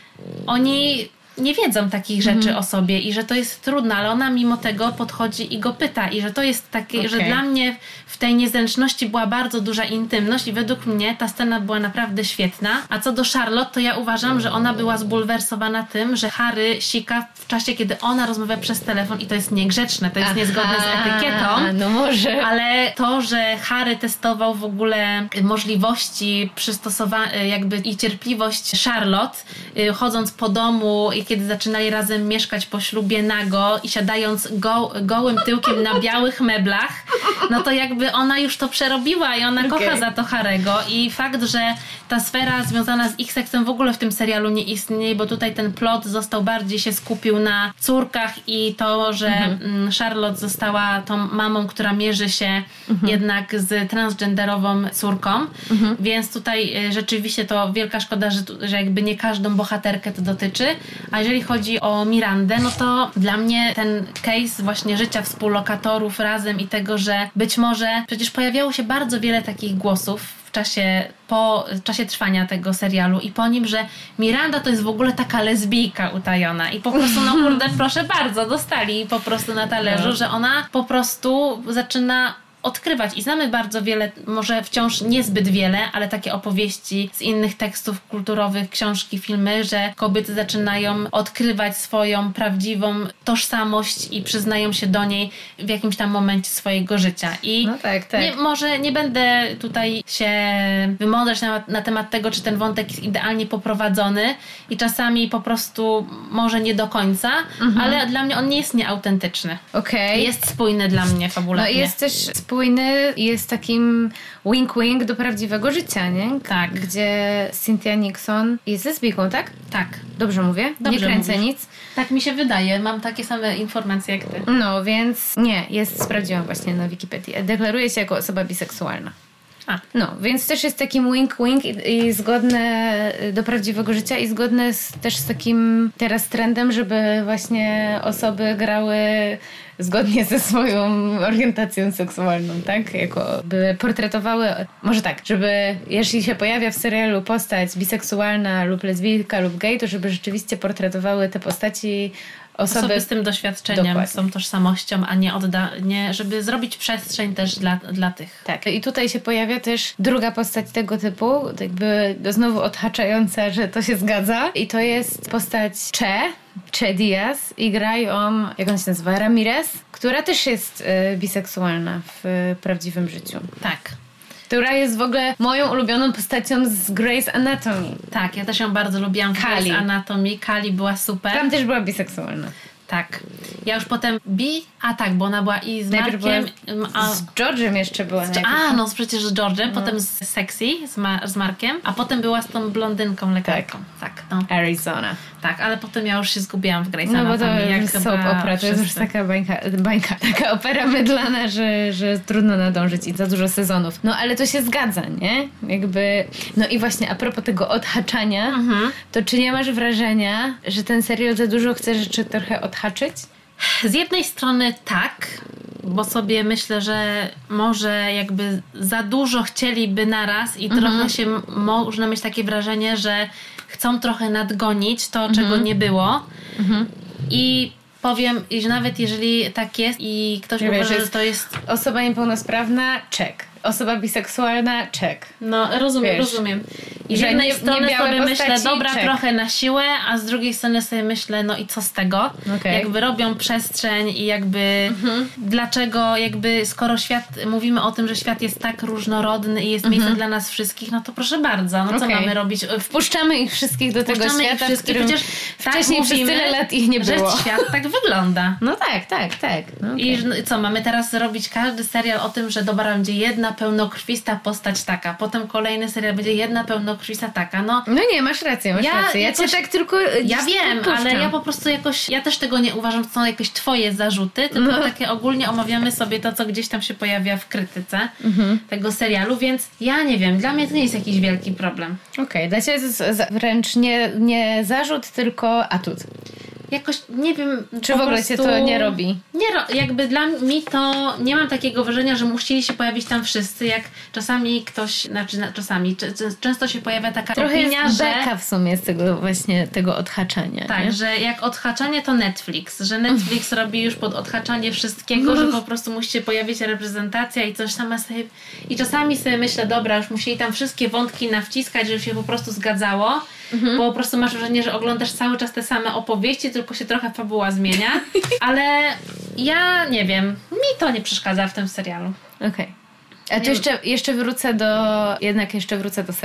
oni nie wiedzą takich rzeczy mhm. o sobie i że to jest trudne, ale ona mimo tego podchodzi i go pyta i że to jest takie, okay. że dla mnie w tej niezręczności była bardzo duża intymność i według mnie ta scena była naprawdę świetna. A co do Charlotte, to ja uważam, że ona była zbulwersowana tym, że Harry sika w czasie, kiedy ona rozmawia przez telefon i to jest niegrzeczne, to jest Aha, niezgodne z etykietą. No może. Ale to, że Harry testował w ogóle możliwości przystosowania jakby i cierpliwość Charlotte, chodząc po domu i kiedy zaczynali razem mieszkać po ślubie nago i siadając go, gołym tyłkiem na białych meblach, no to jakby ona już to przerobiła i ona okay. kocha za to Harego i fakt, że ta sfera związana z ich seksem w ogóle w tym serialu nie istnieje, bo tutaj ten plot został bardziej się skupił na córkach i to, że mhm. Charlotte została tą mamą, która mierzy się mhm. jednak z transgenderową córką, mhm. więc tutaj rzeczywiście to wielka szkoda, że, że jakby nie każdą bohaterkę to dotyczy, a jeżeli chodzi o Mirandę, no to dla mnie ten case właśnie życia współlokatorów razem i tego, że być może przecież pojawiało się bardzo wiele takich głosów w czasie, po czasie trwania tego serialu i po nim, że Miranda to jest w ogóle taka lesbijka utajona i po prostu, no kurde, proszę bardzo, dostali po prostu na talerzu, no. że ona po prostu zaczyna odkrywać i znamy bardzo wiele, może wciąż niezbyt wiele, ale takie opowieści z innych tekstów kulturowych, książki, filmy, że kobiety zaczynają odkrywać swoją prawdziwą tożsamość i przyznają się do niej w jakimś tam momencie swojego życia. I no tak, tak. Nie, może nie będę tutaj się wymądrać na, na temat tego, czy ten wątek jest idealnie poprowadzony i czasami po prostu może nie do końca, mhm. ale dla mnie on nie jest nieautentyczny. Okay. Jest spójny dla mnie fabularnie. No jest też spójny jest takim wink-wink do prawdziwego życia, nie? Tak. Gdzie Cynthia Nixon jest lesbijką, tak? Tak. Dobrze mówię? Dobrze nie kręcę mówisz. nic. Tak mi się wydaje. Mam takie same informacje jak ty. No, więc nie. Jest, sprawdziłam właśnie na Wikipedii. Deklaruje się jako osoba biseksualna. A. No, więc też jest takim wink-wink i, i zgodne do prawdziwego życia i zgodne z, też z takim teraz trendem, żeby właśnie osoby grały zgodnie ze swoją orientacją seksualną, tak? Jako by portretowały, może tak, żeby jeśli się pojawia w serialu postać biseksualna lub lesbijka lub gej, to żeby rzeczywiście portretowały te postaci Osoby, osoby z tym doświadczeniem, dokładnie. Z tą tożsamością, a nie, odda- nie żeby zrobić przestrzeń też dla, dla tych. Tak. I tutaj się pojawia też druga postać tego typu, jakby znowu odhaczająca, że to się zgadza. I to jest postać Che, Che Diaz i gra ją, jak on się nazywa, Ramirez, która też jest y, biseksualna w y, prawdziwym życiu. Tak. Która jest w ogóle moją ulubioną postacią z Grey's Anatomy. Tak, ja też ją bardzo lubiłam w Kali. Grey's Anatomy. Kali była super. Tam też była biseksualna. Tak. Ja już potem Bi, a tak, bo ona była i z najpierw Markiem. A, z George'em jeszcze była. Z, a, no przecież z George'em, no. Potem z Sexy, z, Ma- z Markiem, a potem była z tą blondynką lekarką. Tak, tak no. Arizona. Tak, ale potem ja już się zgubiłam w Grey's No Anatomy. bo to jak soap opera, to jest już taka bańka, bańka taka opera mydlana, że, że trudno nadążyć i za dużo sezonów. No ale to się zgadza, nie? Jakby, no i właśnie a propos tego odhaczania, mhm. to czy nie masz wrażenia, że ten serial za dużo chce rzeczy trochę odhaczyć? Z jednej strony tak, bo sobie myślę, że może jakby za dużo chcieliby naraz i mhm. trochę się można mieć takie wrażenie, że chcą trochę nadgonić to, czego mhm. nie było. Mhm. I powiem, że nawet jeżeli tak jest i ktoś ja uważa, wiesz, że to jest... Osoba niepełnosprawna, check. Osoba biseksualna, check. No, rozumiem, Wiesz, rozumiem. I z jednej nie, strony nie sobie postaci, myślę, dobra, check. Trochę na siłę, a z drugiej strony sobie myślę, no i co z tego? Okay. Jakby robią przestrzeń i jakby mhm. dlaczego jakby skoro świat, mówimy o tym, że świat jest tak różnorodny i jest mhm. miejsce dla nas wszystkich, no to proszę bardzo, no co okay. mamy robić? Wpuszczamy ich wszystkich do tego świata, w którym przecież wcześniej tak mówimy, przez tyle lat ich nie było. Że świat tak wygląda. No tak, tak, tak. No okay. I co, mamy teraz robić każdy serial o tym, że dobra, będzie jedna pełnokrwista postać taka, potem kolejny serial będzie jedna pełnokrwista taka, no. No nie, masz rację, masz ja rację. Ja jakoś, cię tak tylko Ja wiem, ale ja po prostu jakoś, ja też tego nie uważam, że są jakieś twoje zarzuty, tylko no. takie ogólnie omawiamy sobie to, co gdzieś tam się pojawia w krytyce mhm. tego serialu, więc ja nie wiem, dla mnie to nie jest jakiś wielki problem. Okej, okay, dla ciebie to jest wręcz nie, nie zarzut, tylko atut. Jakoś, nie wiem... Czy w ogóle się to nie robi? Nie, ro- jakby dla mnie to... Nie mam takiego wrażenia, że musieli się pojawić tam wszyscy, jak czasami ktoś... Znaczy, czasami... Często się pojawia taka trochę opinia, jest że... beka w sumie z tego właśnie, tego odhaczania. Tak, nie? że jak odhaczanie to Netflix, że Netflix robi już pod odhaczanie wszystkiego, że po prostu musi się pojawić reprezentacja i coś tam sobie... I czasami sobie myślę, dobra, już musieli tam wszystkie wątki nawciskać, żeby się po prostu zgadzało, mhm. bo po prostu masz wrażenie, że oglądasz cały czas te same opowieści, tylko się trochę fabuła zmienia, ale ja nie wiem, mi to nie przeszkadza w tym serialu. Okej. Okay. A tu jeszcze, jeszcze wrócę do, jednak jeszcze wrócę do seksu.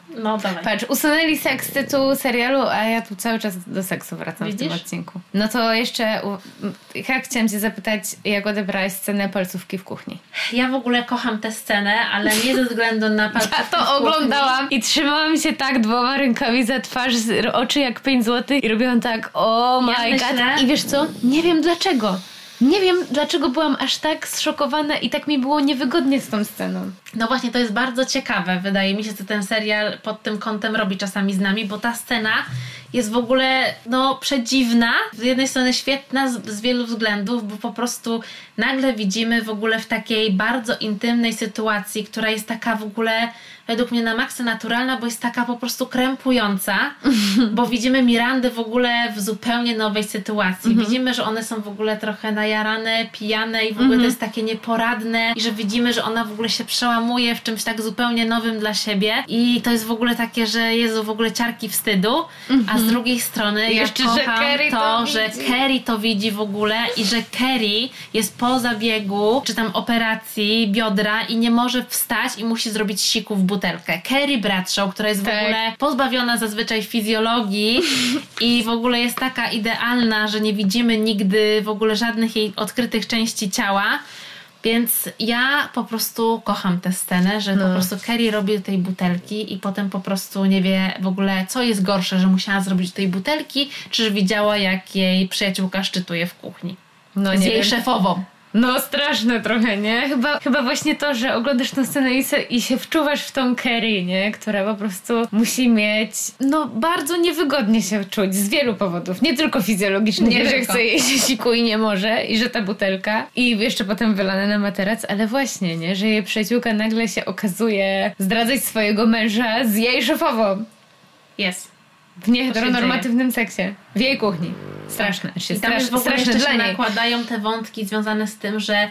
No dawaj. Patrz, usunęli seks z tytułu serialu, a ja tu cały czas do seksu wracam. Widzisz? W tym odcinku. No to jeszcze jak chciałam cię zapytać, jak odebrałaś scenę palcówki w kuchni? Ja w ogóle kocham tę scenę, ale nie ze względu na palcówki ja to oglądałam i trzymałam się tak dwoma rękami za twarz, oczy jak pięć złotych i robiłam tak, oh my ja god. myślę... I wiesz co? Nie wiem dlaczego. Nie wiem, dlaczego byłam aż tak zszokowana i tak mi było niewygodnie z tą sceną. No właśnie, to jest bardzo ciekawe. Wydaje mi się, że ten serial pod tym kątem robi czasami z nami, bo ta scena jest w ogóle no przedziwna. Z jednej strony świetna z, z wielu względów, bo po prostu nagle widzimy w ogóle w takiej bardzo intymnej sytuacji, która jest taka w ogóle według mnie na maksa naturalna, bo jest taka po prostu krępująca, bo widzimy Mirandę w ogóle w zupełnie nowej sytuacji. Mm-hmm. Widzimy, że one są w ogóle trochę najarane, pijane i w ogóle mm-hmm. to jest takie nieporadne i że widzimy, że ona w ogóle się przełamuje w czymś tak zupełnie nowym dla siebie i to jest w ogóle takie, że Jezu, w ogóle ciarki wstydu, mm-hmm. a z drugiej strony jeszcze, ja że kocham Carrie to, to że widzi. Carrie to widzi w ogóle i że Carrie jest po zabiegu, czy tam operacji biodra i nie może wstać i musi zrobić siku w butelkę. Carrie Bradshaw, która jest w tak. ogóle pozbawiona zazwyczaj fizjologii i w ogóle jest taka idealna, że nie widzimy nigdy w ogóle żadnych jej odkrytych części ciała. Więc ja po prostu kocham tę scenę, że no. po prostu Carrie robi do tej butelki i potem po prostu nie wie w ogóle, co jest gorsze, że musiała zrobić do tej butelki, czy że widziała, jak jej przyjaciółka szczytuje w kuchni. No, z jej wiem. szefową. No straszne trochę, nie? Chyba, chyba właśnie to, że oglądasz tę scenę i, se, i się wczuwasz w tą Carrie, nie? Która po prostu musi mieć, no bardzo niewygodnie się czuć z wielu powodów. Nie tylko fizjologicznie, nie że tylko. Chce jeść siku i nie może i że ta butelka i jeszcze potem wylane na materac, ale właśnie, nie? Że jej przyjaciółka nagle się okazuje zdradzać swojego męża z jej szefową. Jest. W nieheteronormatywnym seksie. W jej kuchni. Straszne. I tam strasz, w ogóle jeszcze się nakładają te wątki związane z tym, że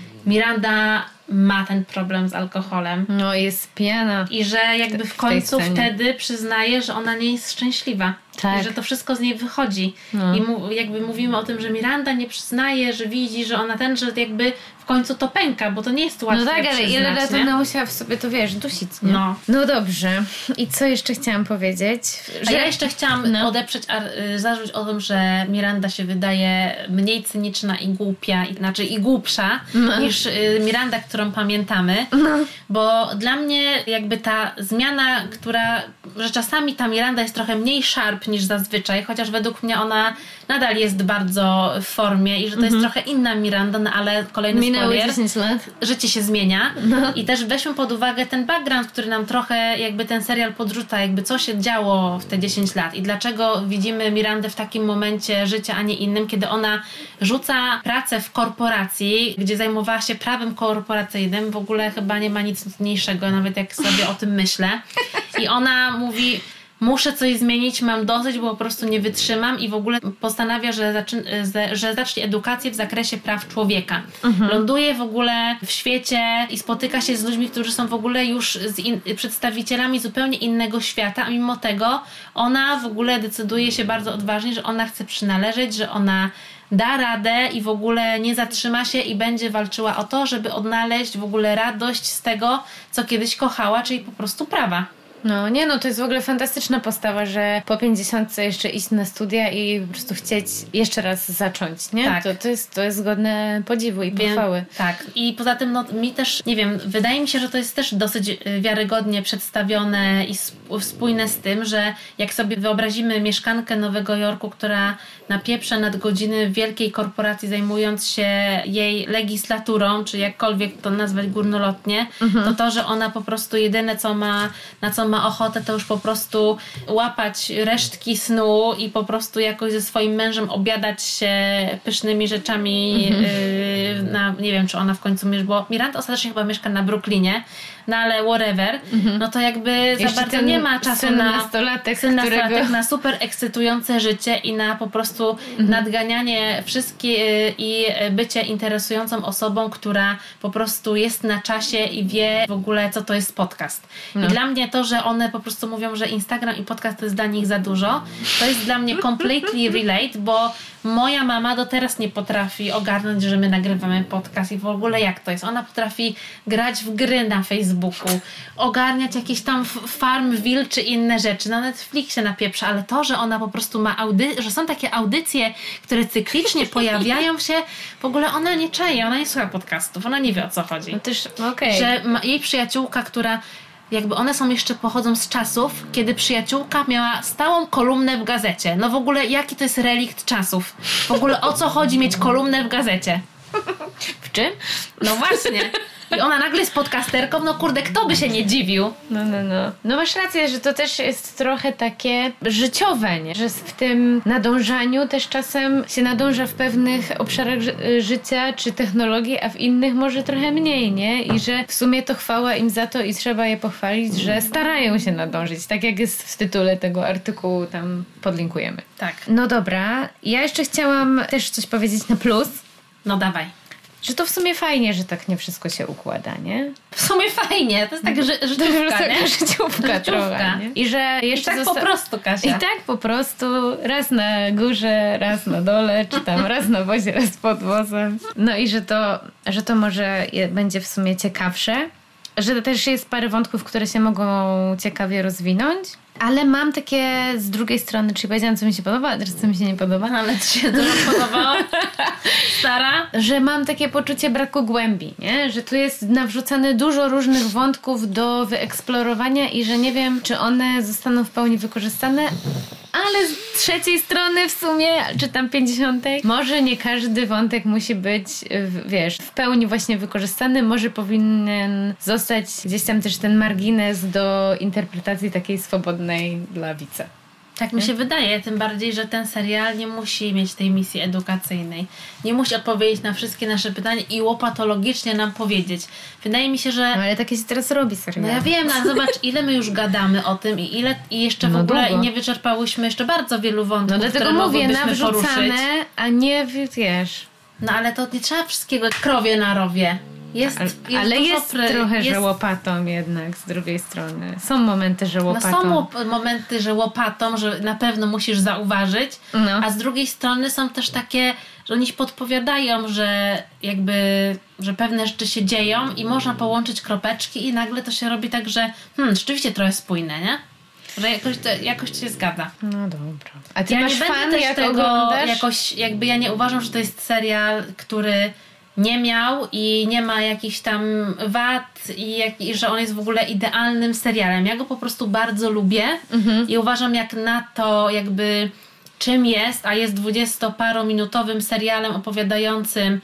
Miranda ma ten problem z alkoholem. No jest pijana. I że jakby w, w końcu wtedy przyznaje, że ona nie jest szczęśliwa. Tak. I że to wszystko z niej wychodzi. No. I mu, jakby mówimy o tym, że Miranda nie przyznaje, że widzi, że ona ten, że jakby w końcu to pęka, bo to nie jest łatwe. No tak, ale przyznać, ile lat nie? ona musiała w sobie to, wiesz, dusić, nie? No. No dobrze. I co jeszcze chciałam powiedzieć? Że... A ja jeszcze chciałam no. odeprzeć y, zarzut o tym, że Miranda się wydaje mniej cyniczna i głupia, i, znaczy i głupsza no. niż y, Miranda, którą pamiętamy. No. Bo dla mnie jakby ta zmiana, która, że czasami ta Miranda jest trochę mniej sharp niż zazwyczaj, chociaż według mnie ona nadal jest bardzo w formie i że to mhm. jest trochę inna Miranda, no ale kolejny Minęły spoiler, dziesięć lat. Życie się zmienia no. i też weźmy pod uwagę ten background, który nam trochę jakby ten serial podrzuca, jakby co się działo w te dziesięć lat i dlaczego widzimy Mirandę w takim momencie życia, a nie innym, kiedy ona rzuca pracę w korporacji, gdzie zajmowała się prawem korporacyjnym, w ogóle chyba nie ma nic nudniejszego, nawet jak sobie o tym myślę, i ona mówi: muszę coś zmienić, mam dosyć, bo po prostu nie wytrzymam, i w ogóle postanawia, że, zaczy, że zacznie edukację w zakresie praw człowieka. Mhm. Ląduje w ogóle w świecie i spotyka się z ludźmi, którzy są w ogóle już z in, przedstawicielami zupełnie innego świata, a mimo tego ona w ogóle decyduje się bardzo odważnie, że ona chce przynależeć, że ona da radę i w ogóle nie zatrzyma się i będzie walczyła o to, żeby odnaleźć w ogóle radość z tego, co kiedyś kochała, czyli po prostu prawa. No nie, no to jest w ogóle fantastyczna postawa, że po pięćdziesiątce jeszcze iść na studia i po prostu chcieć jeszcze raz zacząć, nie? Tak. To, to, jest, to jest godne podziwu i pochwały. Tak. I poza tym, no mi też, nie wiem, wydaje mi się, że to jest też dosyć wiarygodnie przedstawione i spójne z tym, że jak sobie wyobrazimy mieszkankę Nowego Jorku, która napieprza nadgodziny w wielkiej korporacji, zajmując się jej legislaturą, czy jakkolwiek to nazwać górnolotnie, mhm. to to, że ona po prostu jedyne co ma, na co ma ochotę, to już po prostu łapać resztki snu i po prostu jakoś ze swoim mężem obiadać się pysznymi rzeczami. Mhm. Yy, na, nie wiem, czy ona w końcu mieszka, bo Miranda ostatecznie chyba mieszka na Brooklynie, no ale whatever, mhm. no to jakby jeszcze za bardzo nie ma czasu na nastolatek, syn nastolatek, którego... na super ekscytujące życie i na po prostu mhm. nadganianie wszystkie i bycie interesującą osobą, która po prostu jest na czasie i wie w ogóle, co to jest podcast. No. I dla mnie to, że one po prostu mówią, że Instagram i podcast to jest dla nich za dużo. To jest dla mnie completely relate, bo moja mama do teraz nie potrafi ogarnąć, że my nagrywamy podcast i w ogóle jak to jest. Ona potrafi grać w gry na Facebooku, ogarniać jakieś tam Farmville czy inne rzeczy. Na Netflixie napieprza, ale to, że ona po prostu ma audycje, że są takie audycje, które cyklicznie pojawiają się, w ogóle ona nie czai, ona nie słucha podcastów, ona nie wie, o co chodzi. No też, okej. Że ma, jej przyjaciółka, która jakby one są jeszcze, pochodzą z czasów, kiedy przyjaciółka miała stałą kolumnę w gazecie. No w ogóle jaki to jest relikt czasów? W ogóle o co chodzi mieć kolumnę w gazecie? W czym? No właśnie. I ona nagle jest podcasterką, no kurde, kto by się nie dziwił? No, no, no. No masz rację, że to też jest trochę takie życiowe, nie? Że w tym nadążaniu też czasem się nadąża w pewnych obszarach ży- życia czy technologii, a w innych może trochę mniej, nie? I że w sumie to chwała im za to i trzeba je pochwalić, że starają się nadążyć, tak jak jest w tytule tego artykułu, tam podlinkujemy. Tak. No dobra, ja jeszcze chciałam też coś powiedzieć na plus. No dawaj. Że to w sumie fajnie, że tak nie wszystko się układa, nie? W sumie fajnie, to jest tak ży- życiówka, nie? Życiówka trochę, nie? I że jeszcze I tak zosta- po prostu, Kasia. I tak po prostu raz na górze, raz na dole, czy tam raz na wozie, raz pod wozem. No i że to, że to może je, będzie w sumie ciekawsze. Że też jest parę wątków, które się mogą ciekawie rozwinąć. Ale mam takie z drugiej strony, czyli powiedziałam, co mi się podoba, a teraz co mi się nie podoba. Ale ci się dużo podobało? Stara? Że mam takie poczucie braku głębi, nie? Że tu jest nawrzucane dużo różnych wątków do wyeksplorowania i że nie wiem, czy one zostaną w pełni wykorzystane, ale z trzeciej strony w sumie, czy tam pięćdziesiątej, może nie każdy wątek musi być, wiesz, w pełni właśnie wykorzystany, może powinien zostać gdzieś tam też ten margines do interpretacji takiej swobodnej dla widza. Tak mi się wydaje, tym bardziej, że ten serial nie musi mieć tej misji edukacyjnej. Nie musi odpowiedzieć na wszystkie nasze pytania i łopatologicznie nam powiedzieć. Wydaje mi się, że... No ale takie się teraz robi serial. No ja wiem, ale zobacz, ile my już gadamy o tym i ile i jeszcze w no ogóle długo. nie wyczerpałyśmy jeszcze bardzo wielu wątków, no dlatego które mówię, mogłybyśmy poruszyć. nawrzucane, a nie, wiesz... No ale to nie trzeba wszystkiego krowie na rowie. Jest, ale jest, ale dużo jest pre... trochę jest... żałopatą jednak z drugiej strony. Są momenty żałopatą. No są łop- momenty, że łopatą, że na pewno musisz zauważyć, no. A z drugiej strony są też takie, że oni podpowiadają, że jakby, że pewne rzeczy się dzieją i można połączyć kropeczki i nagle to się robi tak, że hmm, rzeczywiście trochę spójne, nie? Że jakoś to, jakoś to się zgadza. No dobra. A ty ja masz nie będę fan, też jak tego oglądasz? jakoś, jakby ja nie uważam, że to jest serial, który nie miał i nie ma jakichś tam wad i, jak, i że on jest w ogóle idealnym serialem. Ja go po prostu bardzo lubię mhm. i uważam jak na to jakby czym jest, a jest dwudziestoparominutowym serialem opowiadającym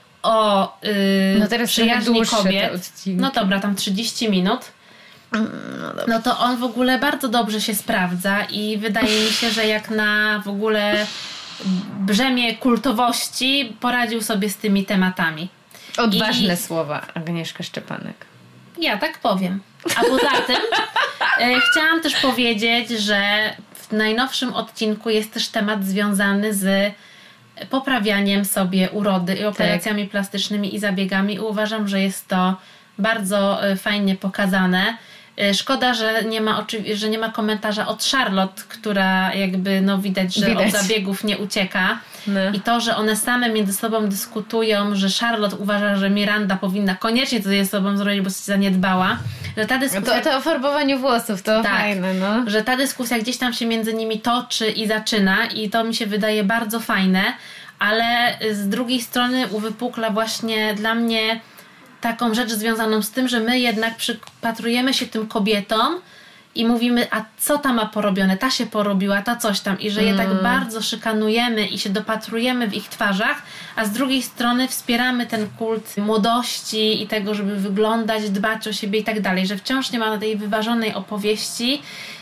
o yy, no teraz przyjaźni kobiet. No dobra, tam trzydzieści minut. No, no to on w ogóle bardzo dobrze się sprawdza i wydaje mi się, że jak na w ogóle brzemię kultowości poradził sobie z tymi tematami. Odważne I... słowa, Agnieszka Szczepanek. Ja tak powiem. A poza tym e, chciałam też powiedzieć, że w najnowszym odcinku jest też temat związany z poprawianiem sobie urody i operacjami tak. plastycznymi i zabiegami. I uważam, że jest to bardzo fajnie pokazane. Szkoda, że nie ma, oczywi- że nie ma komentarza od Charlotte, która jakby no widać, że widać. od zabiegów nie ucieka. No. I to, że one same między sobą dyskutują, że Charlotte uważa, że Miranda powinna koniecznie to ze sobą zrobić, bo się zaniedbała. Że ta dyskusja... to, to o farbowaniu włosów, to tak, fajne, no. Że ta dyskusja gdzieś tam się między nimi toczy i zaczyna i to mi się wydaje bardzo fajne, ale z drugiej strony uwypukla właśnie dla mnie taką rzecz związaną z tym, że my jednak przypatrujemy się tym kobietom i mówimy, a co ta ma porobione? Ta się porobiła, ta coś tam. I że je mm. tak bardzo szykanujemy i się dopatrujemy w ich twarzach, a z drugiej strony wspieramy ten kult młodości i tego, żeby wyglądać, dbać o siebie i tak dalej. Że wciąż nie ma tej wyważonej opowieści.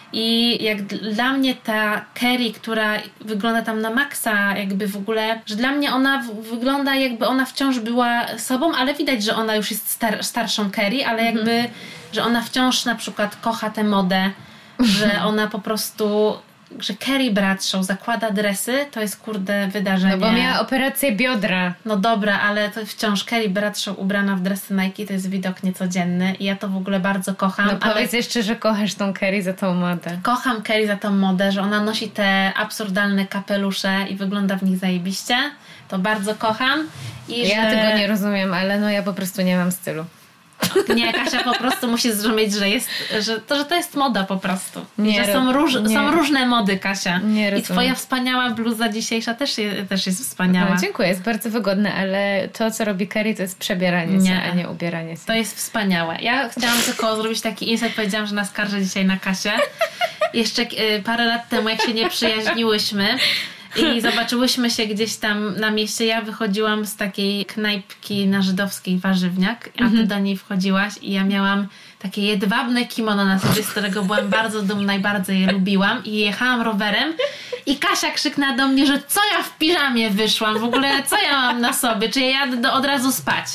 I jak dla mnie ta Kerry, która wygląda tam na maksa, jakby w ogóle, że dla mnie ona w- wygląda jakby ona wciąż była sobą, ale widać, że ona już jest star- starszą Kerry, ale jakby, mm-hmm. że ona wciąż na przykład kocha tę modę, że ona po prostu że Carrie Bradshaw zakłada dresy, to jest kurde wydarzenie. No bo miała operację biodra. No dobra, ale to wciąż Carrie Bradshaw ubrana w dresy Nike to jest widok niecodzienny i ja to w ogóle bardzo kocham. No ale powiedz jeszcze, że kochasz tą Carrie za tą modę. Kocham Carrie za tą modę, że ona nosi te absurdalne kapelusze i wygląda w nich zajebiście. To bardzo kocham. I ja że... tego nie rozumiem, ale no ja po prostu nie mam stylu. Nie, Kasia po prostu musi zrozumieć, że jest, że to, że to jest moda po prostu. Nie, że są, róż, nie. są różne mody, Kasia. Nie I rozumiem. twoja wspaniała bluza dzisiejsza też, je, też jest wspaniała. No, dziękuję, jest bardzo wygodne, ale to, co robi Carrie, to jest przebieranie nie. się, a nie ubieranie się. To jest wspaniałe. Ja chciałam tylko zrobić taki insight, powiedziałam, że naskarżę dzisiaj na Kasię. Jeszcze y, parę lat temu, jak się nie przyjaźniłyśmy i zobaczyłyśmy się gdzieś tam na mieście, ja wychodziłam z takiej knajpki na Żydowskiej Warzywniak, a ty mhm. do niej wchodziłaś i ja miałam takie jedwabne kimono na sobie, z którego byłam bardzo dumna i bardzo je lubiłam i jechałam rowerem i Kasia krzyknęła do mnie, że co ja w piżamie wyszłam, w ogóle co ja mam na sobie, czy ja jadę do, od razu spać.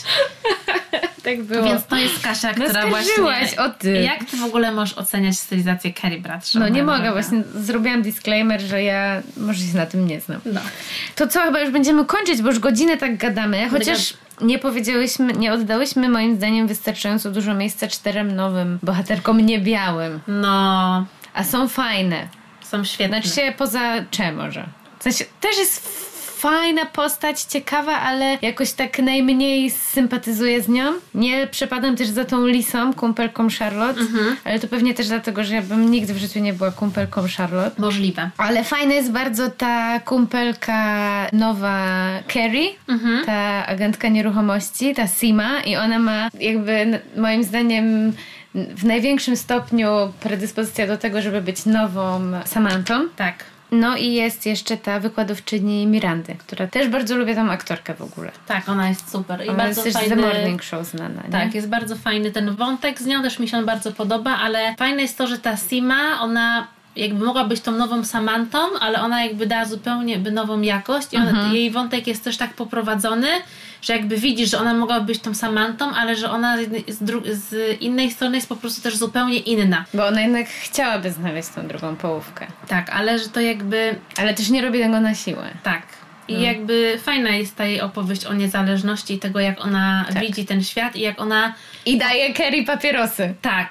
Tak było. Więc to jest Kasia, która właśnie... o ty. Jak ty w ogóle możesz oceniać stylizację Carrie Bradshaw? No nie mogę, właśnie zrobiłam disclaimer, że ja może się na tym nie znam. No. To co, chyba już będziemy kończyć, bo już godzinę tak gadamy, chociaż nie powiedziałyśmy, nie oddałyśmy moim zdaniem wystarczająco dużo miejsca czterem nowym bohaterkom niebiałym. No. A są fajne. Są świetne. Znaczy się poza Cze może. W sensie też jest fajna postać, ciekawa, ale jakoś tak najmniej sympatyzuję z nią. Nie przepadam też za tą Lisą, kumpelką Charlotte, mhm. ale to pewnie też dlatego, że ja bym nigdy w życiu nie była kumpelką Charlotte. Możliwe. Ale fajna jest bardzo ta kumpelka nowa Carrie, mhm. ta agentka nieruchomości, ta Sima i ona ma jakby moim zdaniem w największym stopniu predyspozycja do tego, żeby być nową Samanthą. Tak. No i jest jeszcze ta wykładowczyni Mirandy, która też bardzo lubię tą aktorkę w ogóle. Tak, ona jest super. I ona bardzo jest fajny... też z The Morning Show znana, nie? Tak, jest bardzo fajny ten wątek z nią, też mi się on bardzo podoba, ale fajne jest to, że ta Sima, ona jakby mogła być tą nową Samanthą, ale ona jakby dała zupełnie jakby nową jakość i ona, mhm. jej wątek jest też tak poprowadzony, że jakby widzisz, że ona mogła być tą Samanthą, ale że ona z, dru- z innej strony jest po prostu też zupełnie inna. Bo ona jednak chciałaby znaleźć tą drugą połówkę. Tak, ale że to jakby... Ale też nie robi tego na siłę. Tak. I hmm. jakby fajna jest ta jej opowieść o niezależności i tego, jak ona tak. widzi ten świat i jak ona... I daje Carrie papierosy. Tak.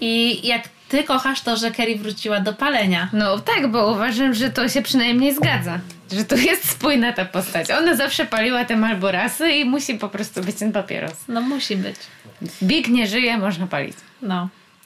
I jak ty kochasz to, że Carrie wróciła do palenia. No tak, bo uważam, że to się przynajmniej zgadza. Że to jest spójna ta postać. Ona zawsze paliła te Marlborasy i musi po prostu być ten papieros. No musi być. Big nie żyje, można palić. No.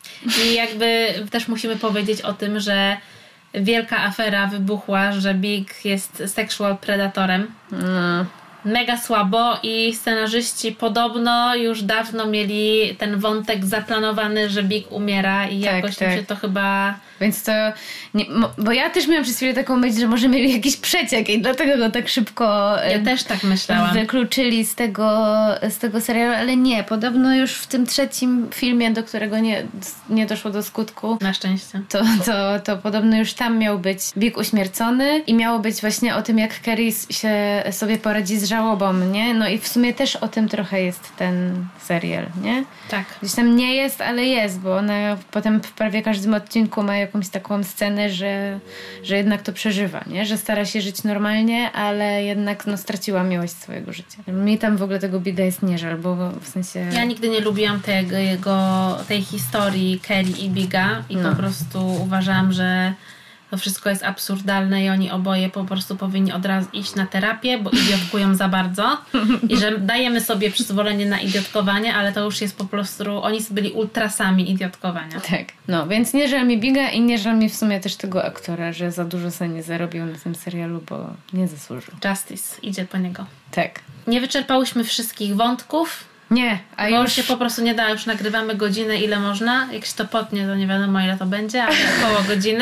I jakby też musimy powiedzieć o tym, że wielka afera wybuchła, że Big jest sexual predatorem. No. Mega słabo i scenarzyści podobno już dawno mieli ten wątek zaplanowany, że Big umiera i tak, jakoś tak. się to chyba... Więc to... Nie, bo ja też miałam przez chwilę taką myśl, że może mieli jakiś przeciek i dlatego go tak szybko... Ja też tak myślałam. Wykluczyli z tego, z tego serialu, ale nie. Podobno już w tym trzecim filmie, do którego nie, nie doszło do skutku. Na szczęście. To, to, to podobno już tam miał być Big uśmiercony i miało być właśnie o tym, jak Carrie się sobie poradzi z żałobą, nie? No i w sumie też o tym trochę jest ten serial, nie? Tak. Gdzieś tam nie jest, ale jest, bo ona potem w prawie każdym odcinku ma jakąś taką scenę, że, że jednak to przeżywa, nie? Że stara się żyć normalnie, ale jednak no, straciła miłość swojego życia. Mi tam w ogóle tego Biga jest nie żal, bo w sensie... Ja nigdy nie lubiłam tego, jego, tej historii Carrie i Biga i no. po prostu uważałam, że to wszystko jest absurdalne i oni oboje po prostu powinni od razu iść na terapię, bo idiotkują za bardzo i że dajemy sobie przyzwolenie na idiotkowanie, ale to już jest po prostu, oni byli ultrasami idiotkowania. Tak, no więc nie żal mi Biga i nie żal mi w sumie też tego aktora, że za dużo sobie nie zarobił na tym serialu, bo nie zasłużył. Justice idzie po niego. Tak. Nie wyczerpałyśmy wszystkich wątków. Nie, a bo już... już się po prostu nie da, już nagrywamy godzinę ile można. Jak się to potnie, to nie wiadomo ile to będzie, ale około godziny.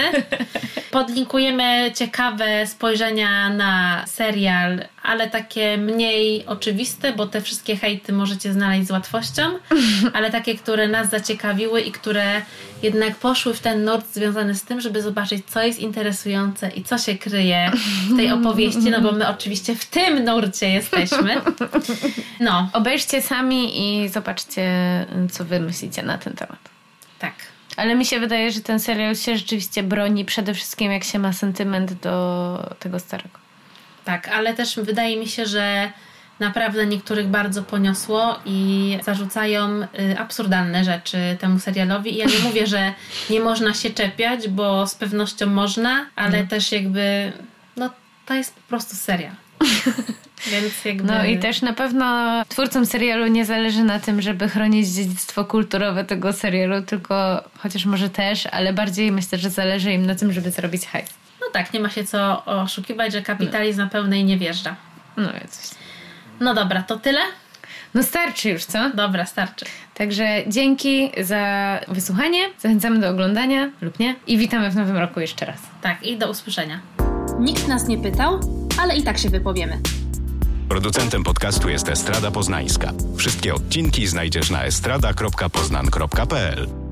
Podlinkujemy ciekawe spojrzenia na serial, ale takie mniej oczywiste, bo te wszystkie hejty możecie znaleźć z łatwością, ale takie, które nas zaciekawiły i które jednak poszły w ten nurt związany z tym, żeby zobaczyć, co jest interesujące i co się kryje w tej opowieści, no bo my oczywiście w tym nurcie jesteśmy. No. Obejrzcie sami i zobaczcie, co wy myślicie na ten temat. Tak. Ale mi się wydaje, że ten serial się rzeczywiście broni przede wszystkim, jak się ma sentyment do tego starego. Tak, ale też wydaje mi się, że naprawdę niektórych bardzo poniosło i zarzucają y, absurdalne rzeczy temu serialowi. I ja nie mówię, że nie można się czepiać, bo z pewnością można, ale no. też jakby no to jest po prostu serial. Więc jakby... No i też na pewno twórcom serialu nie zależy na tym, żeby chronić dziedzictwo kulturowe tego serialu, tylko chociaż może też, ale bardziej myślę, że zależy im na tym, żeby zrobić hajs. No tak, nie ma się co oszukiwać, że kapitalizm no. na pełnej nie wjeżdża. No coś. No dobra, to tyle? No starczy już, co? Dobra, starczy. Także dzięki za wysłuchanie, zachęcamy do oglądania lub nie i witamy w nowym roku jeszcze raz. Tak, i do usłyszenia. Nikt nas nie pytał, ale i tak się wypowiemy. Producentem podcastu jest Estrada Poznańska. Wszystkie odcinki znajdziesz na estrada kropka poznan kropka p l.